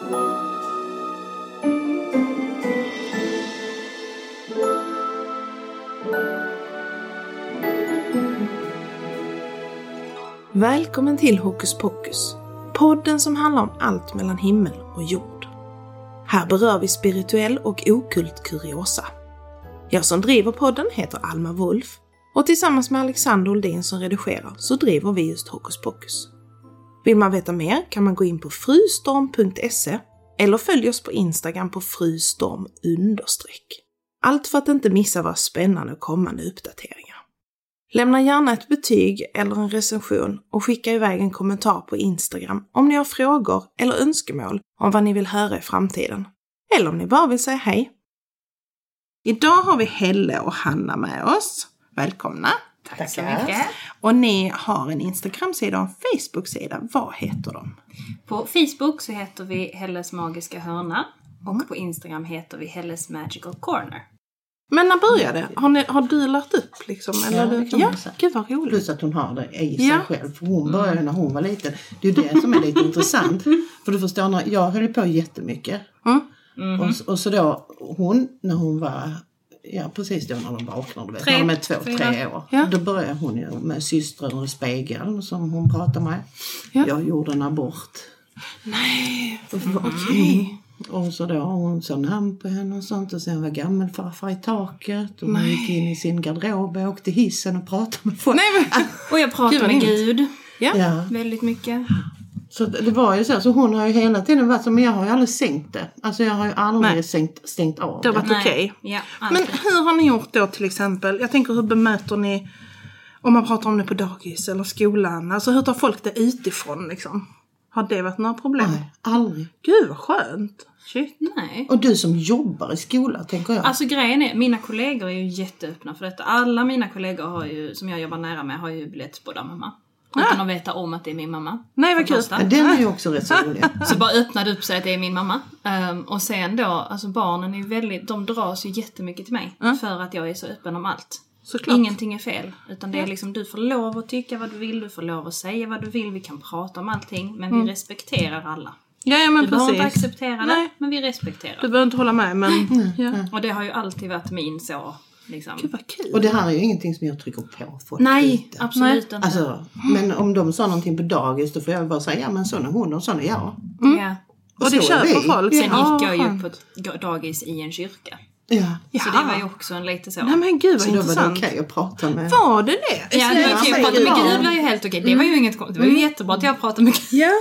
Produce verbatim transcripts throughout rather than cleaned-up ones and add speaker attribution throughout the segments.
Speaker 1: Välkommen till Hokus Pokus, podden som handlar om allt mellan himmel och jord. Här berör vi spirituell och okult kuriosa. Jag som driver podden heter Alma Wolf och tillsammans med Alexander Oldin som redigerar så driver vi just Hokus Pokus. Vill man veta mer kan man gå in på frustorm punkt se eller följ oss på Instagram på frustorm understreck. Allt för att inte missa våra spännande och kommande uppdateringar. Lämna gärna ett betyg eller en recension och skicka iväg en kommentar på Instagram om ni har frågor eller önskemål om vad ni vill höra i framtiden. Eller om ni bara vill säga hej. Idag har vi Helle och Hanna med oss. Välkomna.
Speaker 2: Tack Tackar. så mycket.
Speaker 1: Och ni har en Instagram-sida och en Facebook-sida. Vad heter de?
Speaker 2: På Facebook så heter vi Helles Magiska Hörna. Och mm. på Instagram heter vi Helles Magical Corner.
Speaker 1: Men när började? Har, ni, har du lärt upp liksom? Eller
Speaker 3: ja,
Speaker 1: det kan ja, gud vad roligt.
Speaker 3: Plus att hon har det i sig
Speaker 1: ja.
Speaker 3: själv. För hon började mm. när hon var liten. Det är ju det som är lite intressant. För du förstår, när jag höll på jättemycket. Mm. Mm-hmm. Och, och så då, hon, när hon var, ja precis då när de vaknade, du vet, när de är två, tre, tre år. Ja. Då började hon ju med systern i spegeln som hon pratade med. Ja. Jag gjorde en abort.
Speaker 1: Nej,
Speaker 3: mm. okej. Okay. Och så då har hon så namn på henne och sånt. Och sen var gammelfarfar i taket. Och hon gick in i sin garderob och åkte hissen och pratade med folk.
Speaker 2: Nej, men... och jag pratade med Gud.
Speaker 1: Ja.
Speaker 3: ja.
Speaker 2: Väldigt mycket.
Speaker 3: Så det var ju så. Så hon har ju hela tiden varit så. Men jag har ju aldrig sänkt det. Alltså jag har ju aldrig sänkt, stängt av
Speaker 1: det. Det har varit okej. Okay.
Speaker 2: Ja,
Speaker 1: men hur har ni gjort då till exempel? Jag tänker hur bemöter ni om man pratar om det på dagis eller skolan? Alltså hur tar folk det utifrån liksom? Har det varit några problem?
Speaker 3: Nej, aldrig.
Speaker 1: Gud vad skönt. Shit.
Speaker 2: Nej.
Speaker 3: Och du som jobbar i skolan, tänker jag.
Speaker 2: Alltså grejen är, mina kollegor är ju jätteöppna för detta. Alla mina kollegor har ju, som jag jobbar nära med, har ju biljettspodda mamma. Utan att veta om att det är min mamma.
Speaker 1: Nej, vad kul.
Speaker 3: Men den är ju också rätt så rolig.
Speaker 2: Så bara öppnade upp sig att det är min mamma. Um, och sen då, alltså barnen är ju väldigt, de dras ju jättemycket till mig. Mm. För att jag är så öppen om allt. Såklart. Ingenting är fel. Utan det är liksom, du får lov att tycka vad du vill. Du får lov att säga vad du vill. Vi kan prata om allting. Men mm. vi respekterar alla.
Speaker 1: Ja, ja, men
Speaker 2: du
Speaker 1: precis.
Speaker 2: behöver inte acceptera det. Nej. Men vi respekterar.
Speaker 1: Du behöver inte hålla med. Men...
Speaker 3: Mm.
Speaker 1: Ja.
Speaker 2: Och det har ju alltid varit min så... Liksom.
Speaker 1: Gud vad kul.
Speaker 3: Och det här är ju ingenting som jag trycker på folk.
Speaker 2: Nej,
Speaker 3: lite.
Speaker 2: absolut
Speaker 3: Nej.
Speaker 2: inte.
Speaker 3: Alltså, men om de sa någonting på dagis då får jag bara säga, ja men sån är hon och sån är jag.
Speaker 2: Mm. Ja.
Speaker 1: Och, och det köper folk.
Speaker 2: Sen gick jag ju på ett dagis i en kyrka.
Speaker 3: Ja.
Speaker 2: Så det var ju också en lite så.
Speaker 1: Nej men gud vad
Speaker 3: så
Speaker 1: intressant.
Speaker 3: Så då var det okej att prata med.
Speaker 1: Var det det?
Speaker 2: Ja, det var okej att prata med Gud var ju helt okej. Det var ju inget, det var ju jättebra att jag pratade med Gud.
Speaker 1: Ja.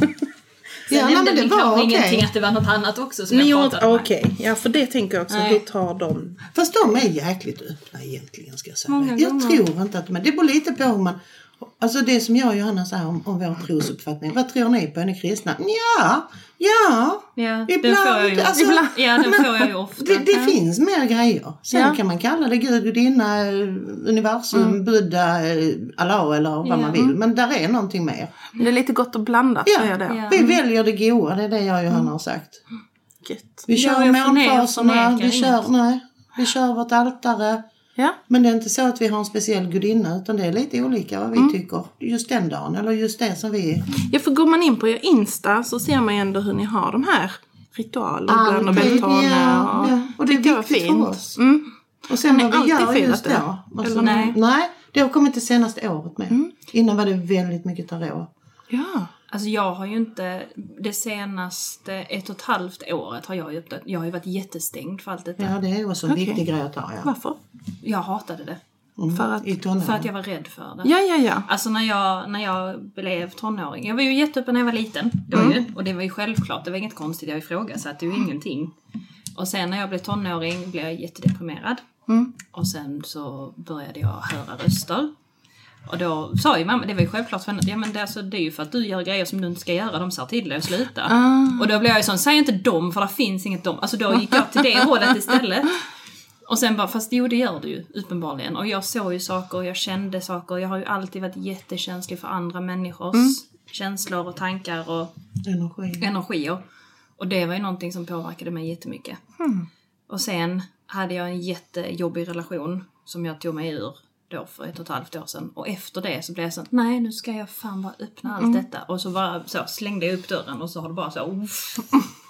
Speaker 2: Sen
Speaker 3: ja,
Speaker 2: nämnde
Speaker 3: men det var okej.
Speaker 2: Ingenting att det var något annat också som
Speaker 1: ni
Speaker 2: jag pratade med.
Speaker 1: Okej, okay. Ja för det tänker jag också.
Speaker 2: Nej.
Speaker 1: Hur tar de?
Speaker 3: Fast de är jäkligt öppna egentligen ska jag säga.
Speaker 2: Många
Speaker 3: jag
Speaker 2: gånger.
Speaker 3: tror inte att de är. Det beror lite på hur man. Alltså det som jag och Johanna säger om, om vår trosuppfattning. Vad tror ni på? Är ni kristna? Ja, ja.
Speaker 2: Ja,
Speaker 3: ibland,
Speaker 2: den får jag ju,
Speaker 3: alltså,
Speaker 2: ibland, ja, den
Speaker 3: men,
Speaker 2: får jag ju ofta.
Speaker 3: Det, det
Speaker 2: ja.
Speaker 3: finns mer grejer. Sen
Speaker 1: ja.
Speaker 3: kan man kalla det Gud, Gudinna, universum, mm. Buddha, Allah eller vad
Speaker 2: ja.
Speaker 3: man vill. Men där är någonting mer.
Speaker 1: Det är lite gott och blandat.
Speaker 3: Ja,
Speaker 1: Så är det.
Speaker 3: Ja. Vi väljer det goda. Det är det jag och Johanna mm. har sagt.
Speaker 1: Gött.
Speaker 3: Vi kör
Speaker 2: ja,
Speaker 3: månfaserna. Vi kör, nej, vi kör vårt altare.
Speaker 1: Ja.
Speaker 3: Men det är inte så att vi har en speciell gudinna utan det är lite olika vad vi mm. tycker just den dagen eller just det som vi...
Speaker 1: Ja, för går man in på er Insta så ser man ju ändå hur ni har de här ritualer bland och beltaner.
Speaker 3: Ja,
Speaker 1: och,
Speaker 3: ja. och det är viktigt fint. För oss.
Speaker 1: Mm.
Speaker 3: Och sen vad vi gör just
Speaker 1: det?
Speaker 3: då. Alltså,
Speaker 2: nej.
Speaker 3: nej, det har kommit det senaste året med. Mm. Innan var det väldigt mycket tarot.
Speaker 1: Ja.
Speaker 2: Alltså jag har ju inte, det senaste ett och ett halvt året har jag ju upptäckt, jag har ju varit jättestängd för allt detta.
Speaker 3: Ja, det är också en okay. viktig grej att ta, ja.
Speaker 1: Varför?
Speaker 2: Jag hatade det.
Speaker 3: Mm.
Speaker 1: För, att,
Speaker 2: för att jag var rädd för det.
Speaker 1: Ja, ja, ja.
Speaker 2: Alltså när jag, när jag blev tonåring, jag var ju jätteöppen när jag var liten. Det var mm. ju, och det var ju självklart, det var inget konstigt, jag ifrågasatte det var ju ingenting. Och sen när jag blev tonåring blev jag jättedeprimerad. Mm. Och sen så började jag höra röster. Och då sa ju mamma, det var ju självklart för henne, ja men det, alltså, det är ju för att du gör grejer som du inte ska göra, de sa till dig att sluta. Ah. Och då blev jag ju sån, säg inte dem för det finns inget dom. Alltså då gick jag till det hållet istället. Och sen bara, fast jo det gör du ju uppenbarligen. Och jag såg ju saker, jag kände saker, jag har ju alltid varit jättekänslig för andra människors mm. känslor och tankar och
Speaker 3: Energi.
Speaker 2: energier. Och det var ju någonting som påverkade mig jättemycket. Mm. Och sen hade jag en jättejobbig relation som jag tog mig ur då för ett och ett halvt år sedan. Och efter det så blev jag så, nej nu ska jag fan bara öppna allt mm. detta. Och så bara så slängde jag upp dörren och så har det bara så, uff.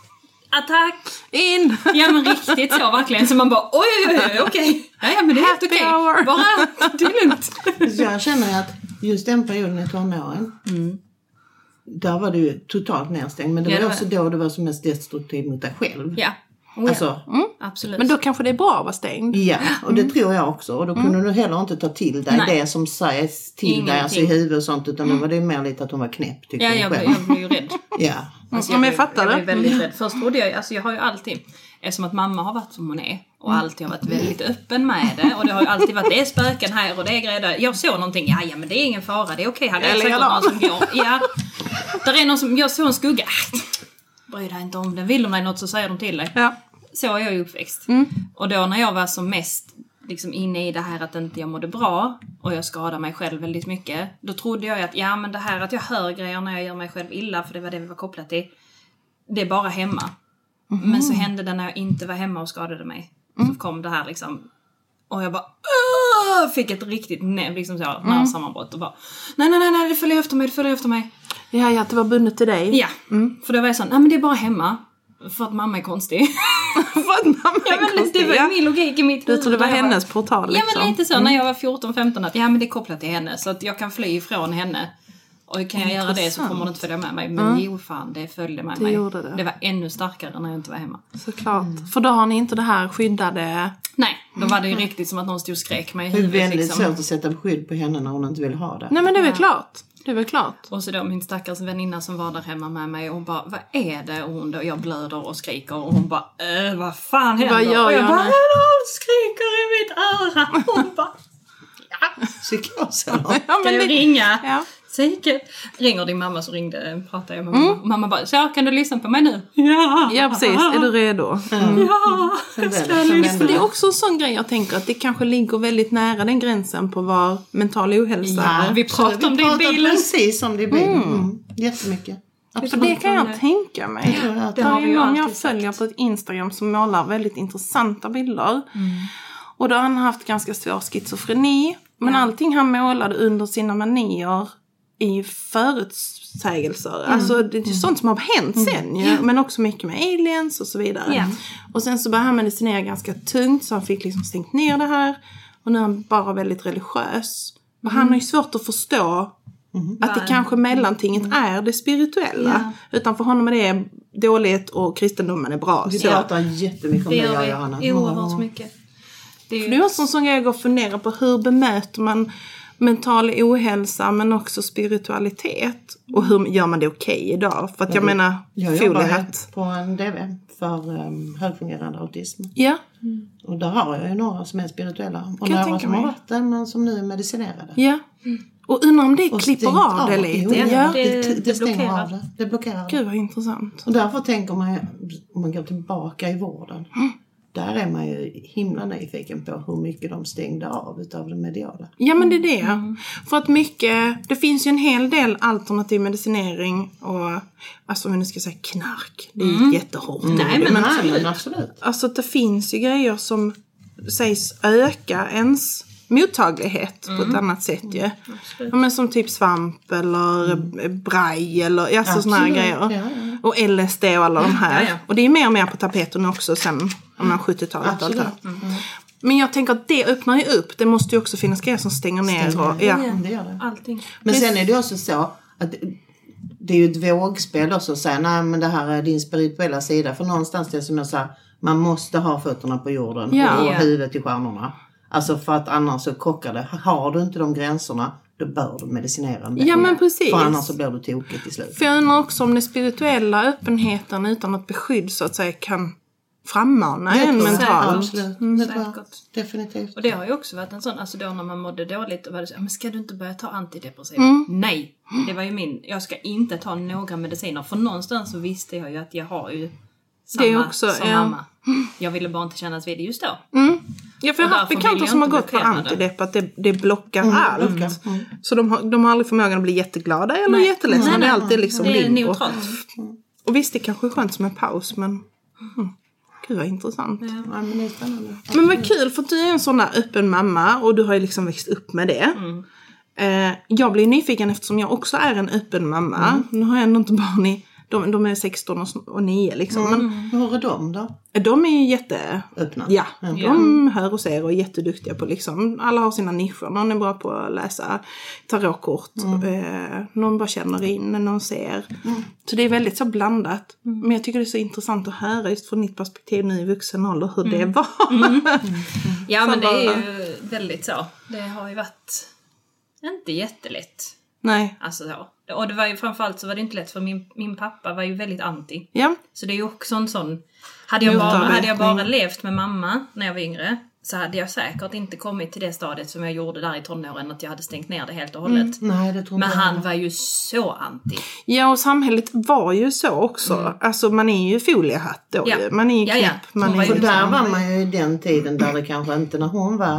Speaker 2: attack!
Speaker 1: In!
Speaker 2: Ja men riktigt så verkligen. Så man bara, oj oj oj, okej. Ja, ja men det är helt okej. Okay. Bara, det är lugnt.
Speaker 3: Så jag känner att just den perioden i tonåren, mm. där var du totalt nedstängd. Men det ja, var det också var... då du var som mest destruktiv mot dig själv.
Speaker 2: Ja. Oh,
Speaker 3: alltså,
Speaker 2: ja. Mm. Absolut.
Speaker 1: Men då kanske det är bra att vara stängd.
Speaker 3: Ja, och det mm. tror jag också. Och då kunde mm. du heller inte ta till dig Nej. det som sägs till Ingenting. dig, alltså i huvudet och sånt. Utan mm. då var det mer lite att hon var knäpp, tycker
Speaker 2: ja,
Speaker 3: jag
Speaker 2: jag,
Speaker 3: själv.
Speaker 2: jag blev ju rädd.
Speaker 3: Ja.
Speaker 2: Alltså,
Speaker 1: jag,
Speaker 2: jag,
Speaker 1: jag fattar
Speaker 2: jag,
Speaker 1: det.
Speaker 2: Jag blev väldigt rädd. Först trodde jag, alltså jag har ju alltid, eftersom att mamma har varit som hon är. Och mm. alltid har varit väldigt öppen med det. Och det har ju alltid varit, det är spöken här och det är grejer där. Jag såg någonting, ja, ja men det är ingen fara, det är okej. Okay. Det är säkert någon som går, ja. Där är någon som, jag såg en skugga. Bry dig inte om det. Vill de dig något så säger de till dig.
Speaker 1: Ja.
Speaker 2: Så är jag ju uppväxt.
Speaker 1: Mm.
Speaker 2: Och då när jag var som mest liksom inne i det här att inte jag mådde bra och jag skadade mig själv väldigt mycket, då trodde jag att ja men det här att jag hör grejer när jag gör mig själv illa, för det var det vi var kopplat till, det är bara hemma. Mm. Men så hände det när jag inte var hemma och skadade mig. Mm. Så kom det här liksom, och jag bara Åh! Fick ett riktigt liksom så mm. nervsammanbrott och bara nej nej nej nej det följer efter mig, det följer efter mig.
Speaker 1: Ja, ja, att det var bundet till dig.
Speaker 2: Ja, mm. för då var jag så, nej men det är bara hemma. För att mamma är konstig.
Speaker 1: För att mamma är
Speaker 2: ja, men
Speaker 1: konstig,
Speaker 2: det var
Speaker 1: ja.
Speaker 2: min logik i mitt huvud.
Speaker 1: Du trodde det var hennes
Speaker 2: var...
Speaker 1: portal liksom.
Speaker 2: Ja men lite så,
Speaker 1: mm.
Speaker 2: när jag var fjorton femton att ja men det är kopplat till henne. Så att jag kan fly ifrån henne. Och kan jag Intressant. göra det så kommer det inte följa med mig. Men mm. jo fan, det följde med
Speaker 1: det
Speaker 2: mig.
Speaker 1: Gjorde det.
Speaker 2: det var ännu starkare när jag inte var hemma.
Speaker 1: Såklart. Mm. För då har ni inte det här skyddade...
Speaker 2: Nej, då var det ju mm. riktigt som att någon stod och skrek mig i
Speaker 3: huvudet. Det är väldigt
Speaker 2: liksom.
Speaker 3: svårt att sätta skydd på henne när hon inte vill ha det.
Speaker 1: Nej men det är väl ja. klart. Det är väl klart.
Speaker 2: Och så då min stackars väninna som var där hemma med mig. Och hon bara, vad är det? Och hon då, jag blöder och skriker. Och hon bara, äh, vad fan händer?
Speaker 1: Vad gör
Speaker 2: och jag
Speaker 1: jag
Speaker 2: bara,
Speaker 1: nu?
Speaker 2: hon skriker i mitt öra. Hon bara, ja.
Speaker 3: Psykos.
Speaker 2: Ja, ska jag det... ringa? Ja. Säkert. Ringer din mamma så ringde, pratade jag med mamma. Mm. Mamma bara, så kan du lyssna på mig nu? Ja.
Speaker 1: Ja, precis. Är du redo?
Speaker 2: Mm. Ja.
Speaker 1: Det är också en sån grej jag tänker att det kanske ligger väldigt nära den gränsen på vad mental ohälsa
Speaker 2: är. Ja, vi pratar om det i bilen.
Speaker 3: Precis som det i bilen. Mm. Mm. Jättemycket.
Speaker 1: Absolut. Det kan jag tänka mig.
Speaker 2: Ja,
Speaker 1: det, det har ju någon jag följer sagt. På ett Instagram som målar väldigt intressanta bilder. Mm. Och då har han haft ganska svår schizofreni. Men ja. allting han målade under sina manier i förutsägelser. Mm. Alltså det är mm. sånt som har hänt sen mm. ju. Men också mycket med aliens och så vidare. Yeah. Och sen så började han medicinera ganska tungt. Så han fick liksom stängt ner det här. Och nu är han bara väldigt religiös. Och mm. han har ju svårt att förstå mm. att det kanske mellantinget mm. är det spirituella. Yeah. Utan för honom är det dåligt och kristendomen är bra.
Speaker 3: Vi pratar jättemycket om det, jag och Johanna.
Speaker 2: Det gör vi oerhört mycket.
Speaker 1: Det är ju... För det är också en sån grej jag går och funderar på. Hur bemöter man mental ohälsa men också spiritualitet? Och hur gör man det okej okay idag? För att jag, jag menar,
Speaker 3: jag jobbar på en D V för um, högfungerande autism.
Speaker 1: Ja.
Speaker 3: Mm. Och där har jag ju några som är spirituella. Och några som har varit det, men som nu är medicinerade.
Speaker 1: Ja. Mm. Och undrar om det och klipper av det lite.
Speaker 3: Jo, ja. Det, det, det, det stänger av det. Det blockerar.
Speaker 1: Gud vad intressant.
Speaker 3: Och därför tänker man, om man går tillbaka i vården. Mm. Där är man ju himla nyfiken på hur mycket de stängde av utav det mediala.
Speaker 1: Ja men det är det. Mm. För att mycket, det finns ju en hel del alternativ medicinering och alltså om vi nu ska säga knark. Det är ju mm. jättehårt.
Speaker 3: Mm. Nej men, men absolut. absolut.
Speaker 1: Alltså det finns ju grejer som sägs öka ens mottaglighet mm. på ett annat sätt ju. Mm. Ja, men som typ svamp eller mm. braj eller alltså såna här grejer. Ja, ja. Och L S D och alla de här. Ja, ja. Och det är mer och mer på tapeten också sen om sjuttiotalet och allt det här. Mm. Men jag tänker att det öppnar ju upp. Det måste ju också finnas grejer som stänger ner.
Speaker 3: Stänger.
Speaker 1: Och, ja.
Speaker 3: Ja, det gör det.
Speaker 2: Allting.
Speaker 3: Men sen är det också så att det är ju ett vågspel också att säga nej men det här är din spirituella sida. För någonstans det är som jag sa, man måste ha fötterna på jorden
Speaker 1: ja.
Speaker 3: och
Speaker 2: ja.
Speaker 3: huvudet i stjärnorna. Alltså för att annars så krockar det. Har du inte de gränserna, då bör du medicinera det.
Speaker 1: Ja men precis.
Speaker 3: För annars så blir du tokig till slut.
Speaker 1: För jag undrar också om den spirituella öppenheten utan något beskydd så att säga kan frammana en mentalt.
Speaker 3: Absolut. Mm. Det var, definitivt.
Speaker 2: Och det har ju också varit en sån, alltså då när man mådde dåligt och var det så, men ska du inte börja ta antidepressiva? Mm. Nej, det var ju min, jag ska inte ta några mediciner. För någonstans så visste jag ju att jag har ju samma det också, som ja. mamma. Jag ville bara inte kännas vid det just då.
Speaker 1: Mm. Ja, för jag har haft bekanta som har gått på antidepp att det, det blockar mm, allt. Mm. Så de har, de har aldrig förmågan att bli jätteglada eller nej. jätteledsna. Nej, nej, det är alltid liksom
Speaker 2: det är
Speaker 1: limbo.
Speaker 2: neutralt.
Speaker 1: Och visst, det kanske är skönt som en paus, men mm. gud vad intressant.
Speaker 3: Ja. Ja, men det är spännande.
Speaker 1: Men vad kul, för du är en sån där öppen mamma och du har ju liksom växt upp med det. Mm. Eh, jag blir nyfiken eftersom jag också är en öppen mamma. Mm. Nu har jag ändå inte barn i De, de är sexton och nio liksom.
Speaker 3: Mm.
Speaker 1: Men,
Speaker 3: hur är de då?
Speaker 1: De är ju jätte...
Speaker 3: Öppna?
Speaker 1: Ja,
Speaker 3: Mm.
Speaker 1: de hör och ser och är jätteduktiga på liksom... Alla har sina nischer. Någon är bra på att läsa tarotkort. Mm. Eh, någon bara känner in, någon ser. Mm. Så det är väldigt så blandat. Mm. Men jag tycker det är så intressant att höra just från mitt perspektiv nu i vuxen ålder hur mm. det var. Mm. Mm.
Speaker 2: Ja, men det är ju väldigt så. Det har ju varit inte jättelätt.
Speaker 1: Nej.
Speaker 2: Alltså så. Och det var ju framförallt så var det inte lätt för min, min pappa var ju väldigt anti.
Speaker 1: Ja.
Speaker 2: Så det är ju också en sån... Hade jag, bara, hade jag bara levt med mamma när jag var yngre så hade jag säkert inte kommit till det stadiet som jag gjorde där i tonåren att jag hade stängt ner det helt och hållet.
Speaker 3: Mm. Nej, det tror
Speaker 2: Men
Speaker 3: jag
Speaker 2: han
Speaker 3: var.
Speaker 2: var ju så anti.
Speaker 1: Ja, och samhället var ju så också. Mm. Alltså man är ju foliehatt då.
Speaker 2: Ja.
Speaker 1: Man är ju knäpp.
Speaker 2: Ja, ja.
Speaker 1: Man är
Speaker 3: För
Speaker 1: ju
Speaker 3: där var man ju i den tiden där det kanske inte när hon var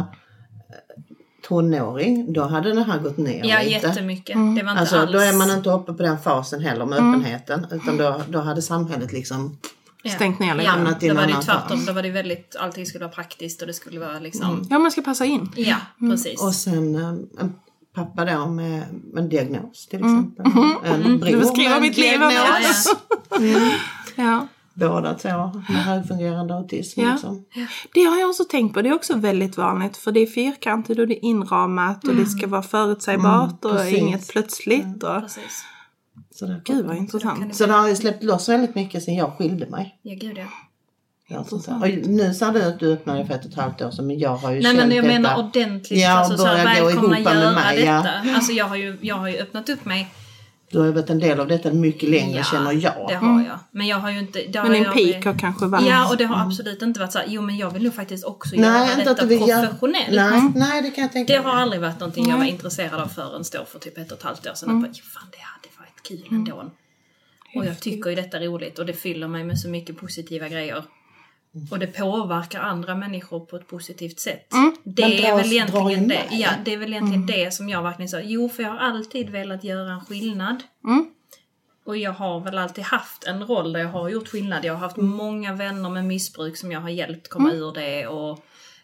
Speaker 3: tonåring, då hade det här gått ner
Speaker 2: ja,
Speaker 3: lite.
Speaker 2: jättemycket. Mm. Det var inte
Speaker 3: alltså
Speaker 2: alls...
Speaker 3: då är man inte uppe på den fasen heller med mm. öppenheten. Utan då, då hade samhället liksom
Speaker 2: ja.
Speaker 1: stängt ner lite.
Speaker 2: Ja, då var det tvärtom. Då var det väldigt, allting skulle vara praktiskt och det skulle vara liksom...
Speaker 1: Mm. Ja, man ska passa in.
Speaker 2: Ja, mm. precis.
Speaker 3: Och sen en pappa då med en diagnos till exempel. Mm. En
Speaker 1: mm.
Speaker 3: bror
Speaker 1: du beskriver mitt liv.
Speaker 2: Ja, ja.
Speaker 3: mm.
Speaker 1: ja.
Speaker 3: Båda två med högfungerande autism.
Speaker 1: Ja.
Speaker 3: Liksom.
Speaker 1: Det har jag också tänkt på. Det är också väldigt vanligt. För det är fyrkantigt och det är inramat. Mm. Och det ska vara förutsägbart. Mm, och inget plötsligt. Och...
Speaker 2: Precis.
Speaker 3: Så det,
Speaker 1: gud vad intressant.
Speaker 3: Så det har ju släppt loss väldigt mycket sen jag skilde mig.
Speaker 2: Ja, gud ja.
Speaker 3: Ja, och nu sa du att du öppnade för ett och ett halvt år sedan. Men jag har ju
Speaker 2: Nej,
Speaker 3: känt
Speaker 2: men jag
Speaker 3: detta.
Speaker 2: menar ordentligt.
Speaker 3: Ja,
Speaker 2: alltså, så här, välkomna göra
Speaker 3: mig,
Speaker 2: detta.
Speaker 3: ja.
Speaker 2: Alltså jag har, ju, jag har ju öppnat upp mig.
Speaker 3: Du har ju varit en del av detta mycket längre,
Speaker 2: ja,
Speaker 3: känner jag.
Speaker 2: det har jag. Men jag har ju inte... Det har
Speaker 1: men en
Speaker 2: jag,
Speaker 1: peak har kanske varit...
Speaker 2: Ja, och det har mm. absolut inte varit så här, jo men jag vill nog faktiskt också
Speaker 3: nej,
Speaker 2: göra detta professionellt.
Speaker 3: Gör... Nej, nej, det kan jag tänka
Speaker 2: Det har aldrig varit någonting mm. jag var intresserad av förrän stå för typ ett och ett halvt år sedan. Mm. Och bara, fan det hade varit kul ändå. Mm. Och jag tycker ju detta är roligt och det fyller mig med så mycket positiva grejer. Mm. Och det påverkar andra människor på ett positivt sätt. Mm. Det, är dras, väl egentligen det. Ja, det är väl egentligen mm. det som jag verkligen sa. Jo, för jag har alltid velat göra en skillnad. Mm. Och jag har väl alltid haft en roll där jag har gjort skillnad. Jag har haft mm. många vänner med missbruk som jag har hjälpt komma mm. ur det. Och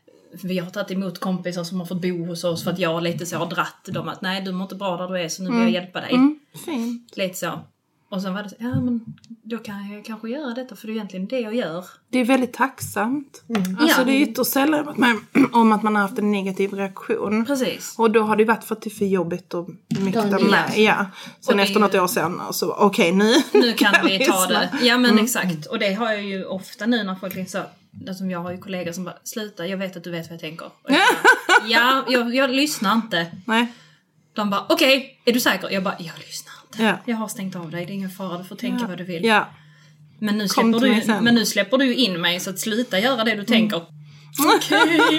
Speaker 2: vi har tagit emot kompisar som har fått bo hos oss för att jag lite så har dratt dem att nej, du mår inte bra där du är så nu vill jag hjälpa dig.
Speaker 1: Mm. Fint.
Speaker 2: Lite så. Och sen var det så, ja men då kan jag kanske göra detta för det är egentligen det jag gör.
Speaker 1: Det är väldigt tacksamt. Mm. Alltså
Speaker 2: ja.
Speaker 1: det är ytterst sällan att man, om att man har haft en negativ reaktion.
Speaker 2: Precis.
Speaker 1: Och då har det varit för att det är för jobbigt och mycket med. Ja. ja. Sen och efter något år sen så okej okay, nu.
Speaker 2: Nu kan vi ta det. Ja men mm. exakt. Och det har jag ju ofta nu när folk liksom som jag har ju kollegor som bara sluta, jag vet att du vet vad jag tänker. Och jag bara, ja, jag, jag lyssnar inte.
Speaker 1: Nej.
Speaker 2: De bara, okej, okay, är du säker? Jag bara, jag lyssnar inte.
Speaker 1: Ja.
Speaker 2: Jag har stängt av dig, det är ingen fara, du får tänka
Speaker 1: ja.
Speaker 2: vad du vill.
Speaker 1: Ja.
Speaker 2: Men, nu släpper du, men nu släpper du ju in mig så att sluta göra det du mm. tänker. Okej. Okay.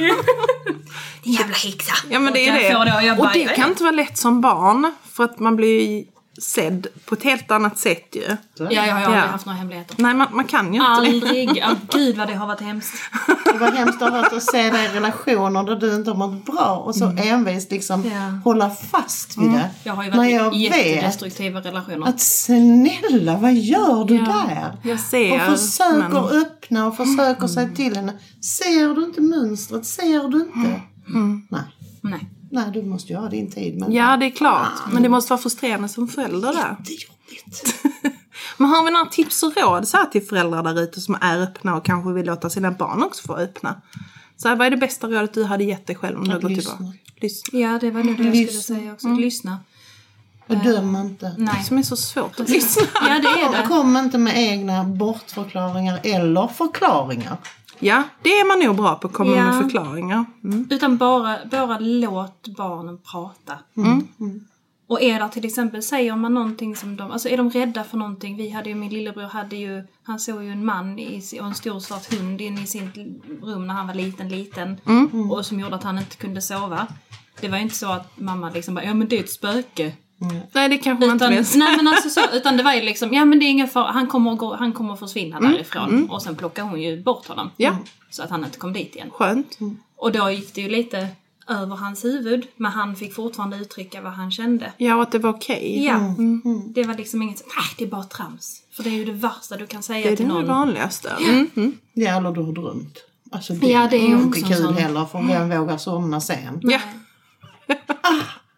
Speaker 2: Din jävla häxa.
Speaker 1: Ja men det är det. Och, det. och det kan inte vara lätt som barn. För att man blir sedd på ett helt annat sätt ju.
Speaker 2: Ja, jag har ju aldrig ja. haft några hemligheter.
Speaker 1: Nej, man, man kan ju inte
Speaker 2: aldrig. Oh, gud vad det har varit hemskt.
Speaker 3: Det var hemskt att se dig i relationer där du inte har mått bra. Och så mm. envist liksom ja. hålla fast vid mm. det.
Speaker 2: Jag har ju varit jag i jättedestruktiva relationer.
Speaker 3: Att snälla, vad gör du
Speaker 2: ja.
Speaker 3: där?
Speaker 1: Jag ser.
Speaker 3: Och försöker
Speaker 1: men...
Speaker 3: öppna och försöker mm. säga till henne. Ser du inte mönstret? Ser du inte?
Speaker 1: Mm. Mm.
Speaker 3: Nej.
Speaker 2: Nej.
Speaker 3: Nej, du måste ju ha din tid. Men...
Speaker 1: Ja, det är klart. Ah. Men det måste vara frustrerande som förälder där.
Speaker 3: Jättejobbigt.
Speaker 1: Men har vi några tips och råd så här till föräldrar där ute som är öppna och kanske vill låta sina barn också få öppna? Så här, vad är det bästa rådet du hade gett dig själv om du går tillbaka? Lyssna.
Speaker 2: Ja, det var nog det jag lyssna. skulle säga också. Mm. Lyssna.
Speaker 3: Och döm inte.
Speaker 1: Nej. Det som är så svårt att lyssna.
Speaker 2: Ja, det är det.
Speaker 3: Kom inte med egna bortförklaringar eller förklaringar.
Speaker 1: Ja, det är man nog bra på att komma ja. med förklaringar. Mm.
Speaker 2: Utan bara, bara låt barnen prata.
Speaker 1: Mm. Mm.
Speaker 2: Och är det till exempel, säger man någonting som de, alltså är de rädda för någonting? Vi hade ju, min lillebror hade ju, han såg ju en man i, och en stor svart hund in i sitt rum när han var liten, liten.
Speaker 1: Mm.
Speaker 2: Och som gjorde att han inte kunde sova. Det var ju inte så att mamma liksom bara, ja men det är ett spöke.
Speaker 1: Mm. Nej, det kanske man
Speaker 2: utan,
Speaker 1: inte vet.
Speaker 2: Nej men alltså så, utan det var ju liksom, ja men det är ingen fara, han kommer att gå, han kommer att försvinna
Speaker 1: mm.
Speaker 2: därifrån.
Speaker 1: Mm.
Speaker 2: Och sen plockade hon ju bort honom.
Speaker 1: Ja.
Speaker 2: Så att han inte kom dit igen.
Speaker 1: Skönt.
Speaker 2: Mm. Och då gick det ju lite över hans huvud, men han fick fortfarande uttrycka vad han kände.
Speaker 1: Ja, att det var okej. Okay.
Speaker 2: Ja,
Speaker 1: mm.
Speaker 2: Mm. Det var liksom inget, nej det är bara trams. För det är ju det värsta du kan säga
Speaker 1: det
Speaker 2: till någon.
Speaker 1: Det är det vanligaste. Mm. Mm.
Speaker 3: Ja, eller du har drömt. Alltså det,
Speaker 2: ja, det är
Speaker 3: är
Speaker 2: ju
Speaker 3: inte kul
Speaker 2: sån.
Speaker 3: heller, för vem vågar somna sen.
Speaker 1: Ja.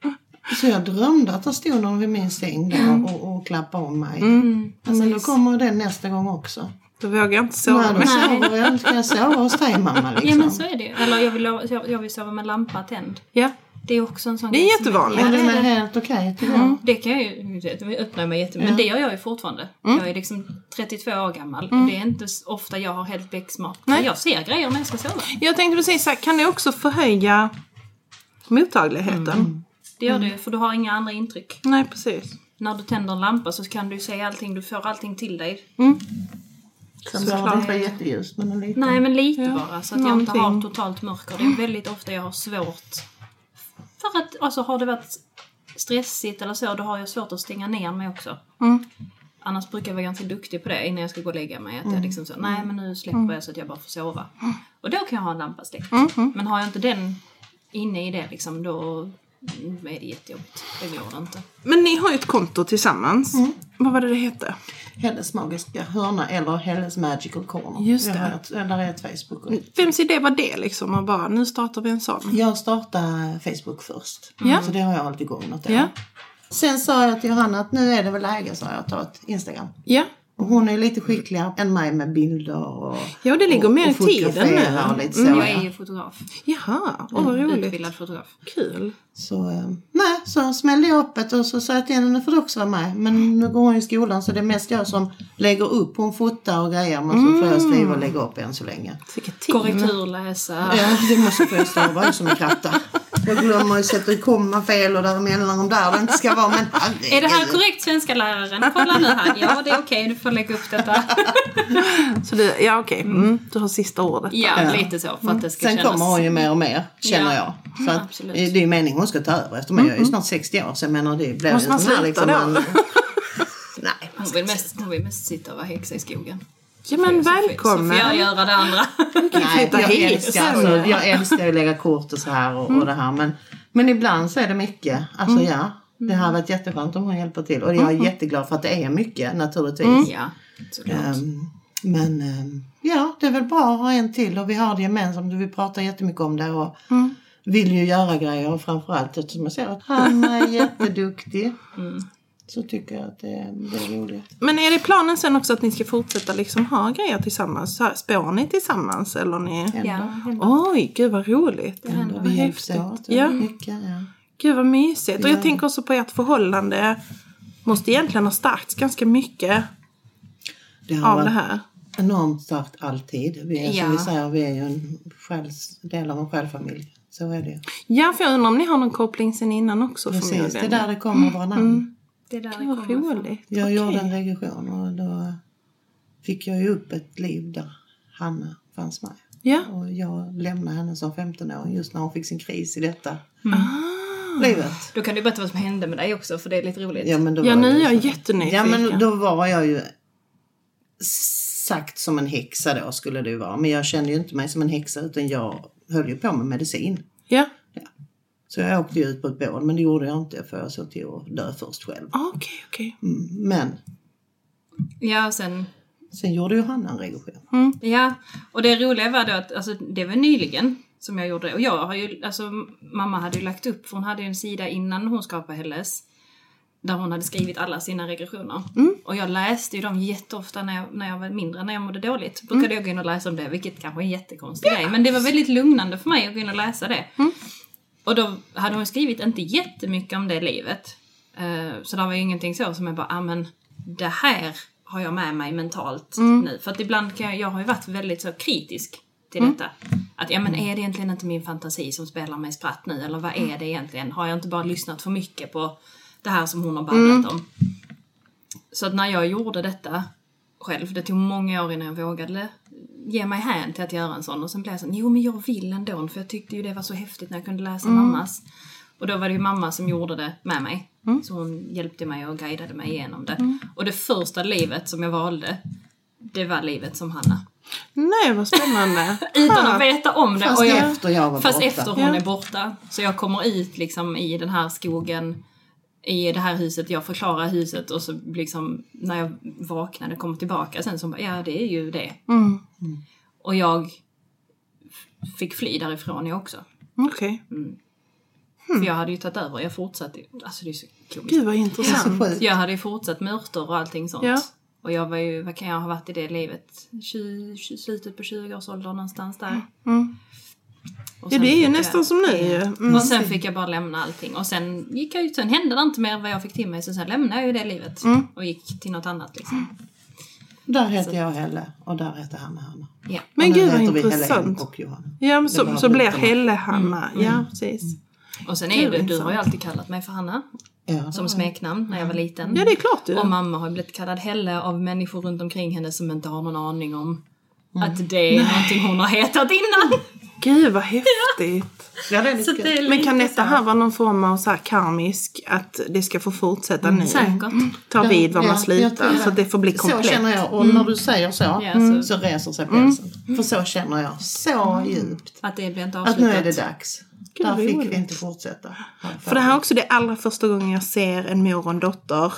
Speaker 3: Så jag drömde att det stod någon vid min säng där mm. och, och klappade om mig.
Speaker 1: Mm.
Speaker 3: Men då kommer den nästa gång också.
Speaker 1: Då vågar jag inte sova.
Speaker 3: Nej, då sover jag inte. Kan jag sova hos dig, mamma? Liksom.
Speaker 2: Ja, men så är det. Eller jag vill, jag, jag vill sova med lampa tänd.
Speaker 1: Ja.
Speaker 2: Det är också en sån
Speaker 1: Det är jättevanligt.
Speaker 3: Ja, det är helt okej. Okay, mm.
Speaker 2: Det kan jag ju, det öppnar mig jättemycket. Men det gör jag ju fortfarande. Mm. Jag är liksom trettiotvå år gammal. Mm. Det är inte ofta jag har helt becksmak. Jag ser grejer när jag ska sova.
Speaker 1: Jag tänkte precis så här, kan det också förhöja mottagligheten? Mm.
Speaker 2: Det gör det, för du har inga andra intryck.
Speaker 1: Nej, precis.
Speaker 2: När du tänder en lampa så kan du se allting, du får allting till dig.
Speaker 1: Mm.
Speaker 3: Så det behöver inte vara jätteljust, men lite.
Speaker 2: Nej, men lite ja. bara. Så att
Speaker 1: Någonting.
Speaker 2: jag inte har totalt mörker. Det är väldigt ofta jag har svårt. För att, alltså har det varit stressigt eller så, då har jag svårt att stänga ner mig också.
Speaker 1: Mm.
Speaker 2: Annars brukar jag vara ganska duktig på det innan jag ska gå och lägga mig. Att mm. jag liksom så, nej men nu släpper
Speaker 1: mm.
Speaker 2: jag så att jag bara får sova. Mm. Och då kan jag ha en lampa släckt.
Speaker 1: Mm. Mm.
Speaker 2: Men har jag inte den inne i det liksom, då är det jättejobbigt. Det går det inte.
Speaker 1: Men ni har ju ett konto tillsammans. Mm. Vad var det det hette?
Speaker 3: Hennes magiska hörna eller Hennes Magical Corner.
Speaker 1: Just det.
Speaker 3: Ett, där är ett Facebook.
Speaker 1: Vems idé var det liksom? Och bara, nu startar vi en sån.
Speaker 3: Jag startade Facebook först.
Speaker 1: Mm.
Speaker 3: Så det har jag alltid gått något
Speaker 1: ja.
Speaker 3: Sen sa jag till Johanna att nu är det väl läge, så jag tar ett Instagram.
Speaker 1: Ja.
Speaker 3: Och hon är lite skickligare än mig med bilder och
Speaker 1: ja, det ligger
Speaker 3: och,
Speaker 1: mer i
Speaker 3: och
Speaker 1: tiden nu.
Speaker 3: Och lite så,
Speaker 2: mm. Jag är ju fotograf.
Speaker 1: Jaha, åh vad roligt.
Speaker 2: Utbildad fotograf.
Speaker 1: Kul.
Speaker 3: Så, nej, så smällde jag upp ett och så sa jag till henne, nu får du också vara med. Men nu går hon i skolan så det är mest jag som lägger upp. Hon fotar och grejer, men så får jag skriva och lägga upp än så länge.
Speaker 2: Korrekturläsa.
Speaker 3: Ja, det måste få jag stå bara som en kratta. Jag glömmer att sätta i komma fel och däremellan om där det inte ska vara. Men
Speaker 2: är det här korrekt, svenska läraren? Kolla nu här. Ja, det är okej. Okay. Du får lägga upp detta.
Speaker 1: Så det, ja, okej. Okay. Mm. Du har sista ordet.
Speaker 2: Ja, ja, lite så. För att det ska
Speaker 3: sen
Speaker 2: kännas...
Speaker 3: kommer hon ju mer och mer, känner
Speaker 2: ja.
Speaker 3: jag. Så att det är ju meningen hon ska ta över. Efter mig. Jag är ju snart sextio år, så jag menar det blir ju sån här liksom... Man... Nej.
Speaker 2: Hon vill, mest, hon vill mest sitta och vara häxa i skogen.
Speaker 1: Ja, men välkommen.
Speaker 2: Så får jag göra det andra.
Speaker 3: Nej, jag älskar, alltså, jag älskar att lägga kort och så här och,
Speaker 1: mm.
Speaker 3: och det här. Men, men ibland så är det mycket. Alltså mm. ja, det har varit jätteskönt om hon hjälper till. Och jag är mm. jätteglad för att det är mycket naturligtvis.
Speaker 2: Mm. Ja, såklart.
Speaker 3: Um, men um, ja, det är väl bra att ha en till. Och vi har det gemensamt. Vi pratar jättemycket om det och mm. vill ju göra grejer. Och framförallt eftersom jag ser att han är jätteduktig. Mm. Så tycker jag att det, det är roligt.
Speaker 1: Men är det planen sen också att ni ska fortsätta liksom ha grejer tillsammans? Spår ni tillsammans? Eller ni...
Speaker 2: Ja.
Speaker 1: Oj, gud vad roligt.
Speaker 3: Det händer. Vi hjälps åt.
Speaker 1: Ja.
Speaker 3: Mycket, ja.
Speaker 1: Gud vad mysigt. Och
Speaker 3: ja.
Speaker 1: jag tänker också på ert förhållande. Måste egentligen ha stärkts ganska mycket
Speaker 3: det
Speaker 1: av det här.
Speaker 3: Enormt starkt alltid. Vi är,
Speaker 2: ja.
Speaker 3: som vi säger, vi är ju en själs, del av en självfamilj. Så är det.
Speaker 1: Ja, för jag undrar om ni har någon koppling sen innan också.
Speaker 3: Precis, det är där det kommer våra namn. Mm.
Speaker 2: Det är där det
Speaker 1: kommer roligt.
Speaker 3: Jag
Speaker 1: okay.
Speaker 3: gjorde en regression och då fick jag ju upp ett liv där Hanna fanns med.
Speaker 1: Ja.
Speaker 3: Och jag lämnade henne som femton-åring just när hon fick sin kris i detta
Speaker 1: mm.
Speaker 3: livet.
Speaker 2: Då kan du berätta vad som hände med dig också, för det är lite roligt.
Speaker 3: Ja, men då
Speaker 1: ja
Speaker 3: var
Speaker 1: nu är
Speaker 3: jag
Speaker 1: jag jättenyfiken.
Speaker 3: Ja, men då var jag ju sagt som en häxa då skulle det ju vara. Men jag kände ju inte mig som en häxa utan jag höll ju på med medicin.
Speaker 1: Ja.
Speaker 3: Ja. Så jag åkte ju ut på ett bål, men det gjorde jag inte för jag såg till att dö först själv.
Speaker 1: Okej, okay, okej.
Speaker 3: Okay. Mm, men...
Speaker 2: Ja, sen...
Speaker 3: Sen gjorde ju Hanna en regression.
Speaker 2: Mm. Ja, och det roliga var då att alltså, det var nyligen som jag gjorde det. Och jag har ju, alltså mamma hade ju lagt upp, för hon hade ju en sida innan hon skapade Helles. Där hon hade skrivit alla sina regressioner. Mm. Och jag läste ju dem jätteofta när jag, när jag var mindre, när jag mådde dåligt. Brukade mm. jag gå in och läsa om det, vilket kanske är en jättekonstig ja. grej. Men det var väldigt lugnande för mig att gå in och läsa det. Mm. Och då hade hon skrivit inte jättemycket om det livet. Uh, så det var ju ingenting så som jag bara, ah, men det här har jag med mig mentalt mm. nu. För att ibland kan jag, jag har ju varit väldigt så kritisk till mm. detta. Att ja, men är det egentligen inte min fantasi som spelar mig spratt nu? Eller vad är det egentligen? Har jag inte bara lyssnat för mycket på det här som hon har babblat mm. om? Så att när jag gjorde detta själv, det tog många år innan jag vågade ge mig hän till att göra en sån. Och sen blev jag så, jo men jag vill ändå, för jag tyckte ju det var så häftigt när jag kunde läsa mm. mammas. Och då var det ju mamma som gjorde det med mig. Mm. Så hon hjälpte mig och guidade mig igenom det. Mm. Och det första livet som jag valde, det var livet som Hanna.
Speaker 1: Nej, vad spännande.
Speaker 2: Utan att veta om det.
Speaker 3: Fast
Speaker 2: och jag,
Speaker 3: efter jag var
Speaker 2: fast
Speaker 3: borta.
Speaker 2: efter hon ja. är borta. Så jag kommer ut liksom i den här skogen, i det här huset. Jag förklarar huset och så liksom när jag vaknade kommer tillbaka sen så bara, ja det är ju det.
Speaker 1: Mm.
Speaker 3: Mm.
Speaker 2: Och jag fick fly därifrån jag också.
Speaker 1: Okej. Okay.
Speaker 2: Mm. Mm. För jag hade ju tagit över, jag fortsatte, alltså det är så komiskt.
Speaker 1: Gud vad intressant.
Speaker 3: Ja,
Speaker 2: jag hade ju fortsatt med örter och allting sånt.
Speaker 1: Ja.
Speaker 2: Och jag var ju, vad kan jag ha varit i det livet? tjugo, tjugo, slutet på tjugo-årsåldern någonstans där.
Speaker 1: Mm.
Speaker 2: Och
Speaker 1: Ja, det är ju
Speaker 2: fick
Speaker 1: nästan
Speaker 2: jag,
Speaker 1: som nu ju. Mm.
Speaker 2: Och sen fick jag bara lämna allting. Och sen gick jag ju, sen hände det inte mer vad jag fick till mig. Så sen lämnade jag ju det livet.
Speaker 1: Mm.
Speaker 2: Och gick till något annat liksom.
Speaker 3: Där heter så. jag Helle och där heter Hanna Hanna.
Speaker 2: Ja.
Speaker 1: Men gud vad
Speaker 3: Helle
Speaker 1: intressant.
Speaker 3: och Johan.
Speaker 1: Ja, men så, så blir
Speaker 3: Helle.
Speaker 1: Helle Hanna.
Speaker 2: Mm.
Speaker 1: Ja, precis.
Speaker 2: Och sen är det, du har ju alltid kallat mig för Hanna.
Speaker 3: Ja,
Speaker 2: som smeknamn när jag var liten.
Speaker 1: Ja, det är klart du.
Speaker 2: Och mamma har blivit kallad Helle av människor runt omkring henne som inte har någon aning om mm. att det är Nej. någonting hon har hetat innan.
Speaker 1: Gud vad häftigt.
Speaker 3: Ja, det är
Speaker 2: så det är
Speaker 1: men kan detta här vara någon form av så här karmisk, att det ska få fortsätta mm. nu?
Speaker 2: Säkert.
Speaker 1: Ta vid var
Speaker 3: ja,
Speaker 1: man slutar så att det får bli komplett.
Speaker 3: Så känner jag, och mm. när du säger så,
Speaker 2: ja,
Speaker 3: mm. så reser sig pälsen. Mm. För så känner jag, så djupt.
Speaker 2: Att det blir inte avslutat.
Speaker 3: Att nu är det dags.
Speaker 1: Gud,
Speaker 3: där fick
Speaker 1: roligt.
Speaker 3: vi inte fortsätta.
Speaker 1: För det här är också det allra första gången jag ser en mor och en dotter